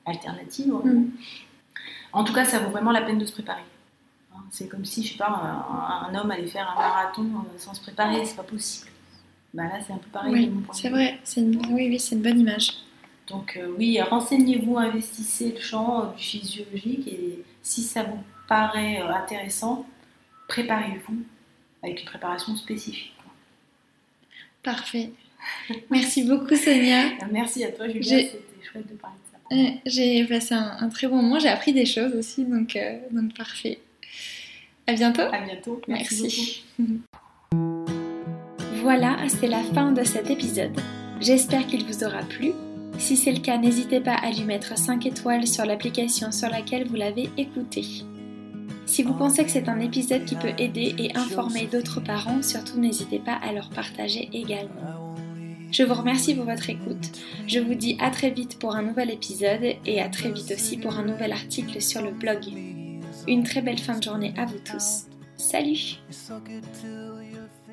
alternative. Mm. En tout cas, ça vaut vraiment la peine de se préparer. C'est comme si, je sais pas, un, un homme allait faire un marathon sans se préparer, c'est pas possible. Bah là, c'est un peu pareil. Oui, de mon point c'est de vue. vrai. C'est une... Oui, oui, c'est une bonne image. Donc euh, oui, renseignez-vous, investissez le champ euh, du physiologique et si ça vous paraît euh, intéressant, préparez-vous avec une préparation spécifique. Quoi. Parfait. Merci beaucoup Sonia. Merci à toi Julia, J'ai... c'était chouette de parler de ça. Euh, j'ai passé un, un très bon moment, j'ai appris des choses aussi, donc, euh, donc parfait. À bientôt. À bientôt. Merci. Merci. Voilà, c'est la fin de cet épisode. J'espère qu'il vous aura plu. Si c'est le cas, n'hésitez pas à lui mettre cinq étoiles sur l'application sur laquelle vous l'avez écouté. Si vous pensez que c'est un épisode qui peut aider et informer d'autres parents, surtout n'hésitez pas à leur partager également. Je vous remercie pour votre écoute. Je vous dis à très vite pour un nouvel épisode et à très vite aussi pour un nouvel article sur le blog. Une très belle fin de journée à vous tous. Salut!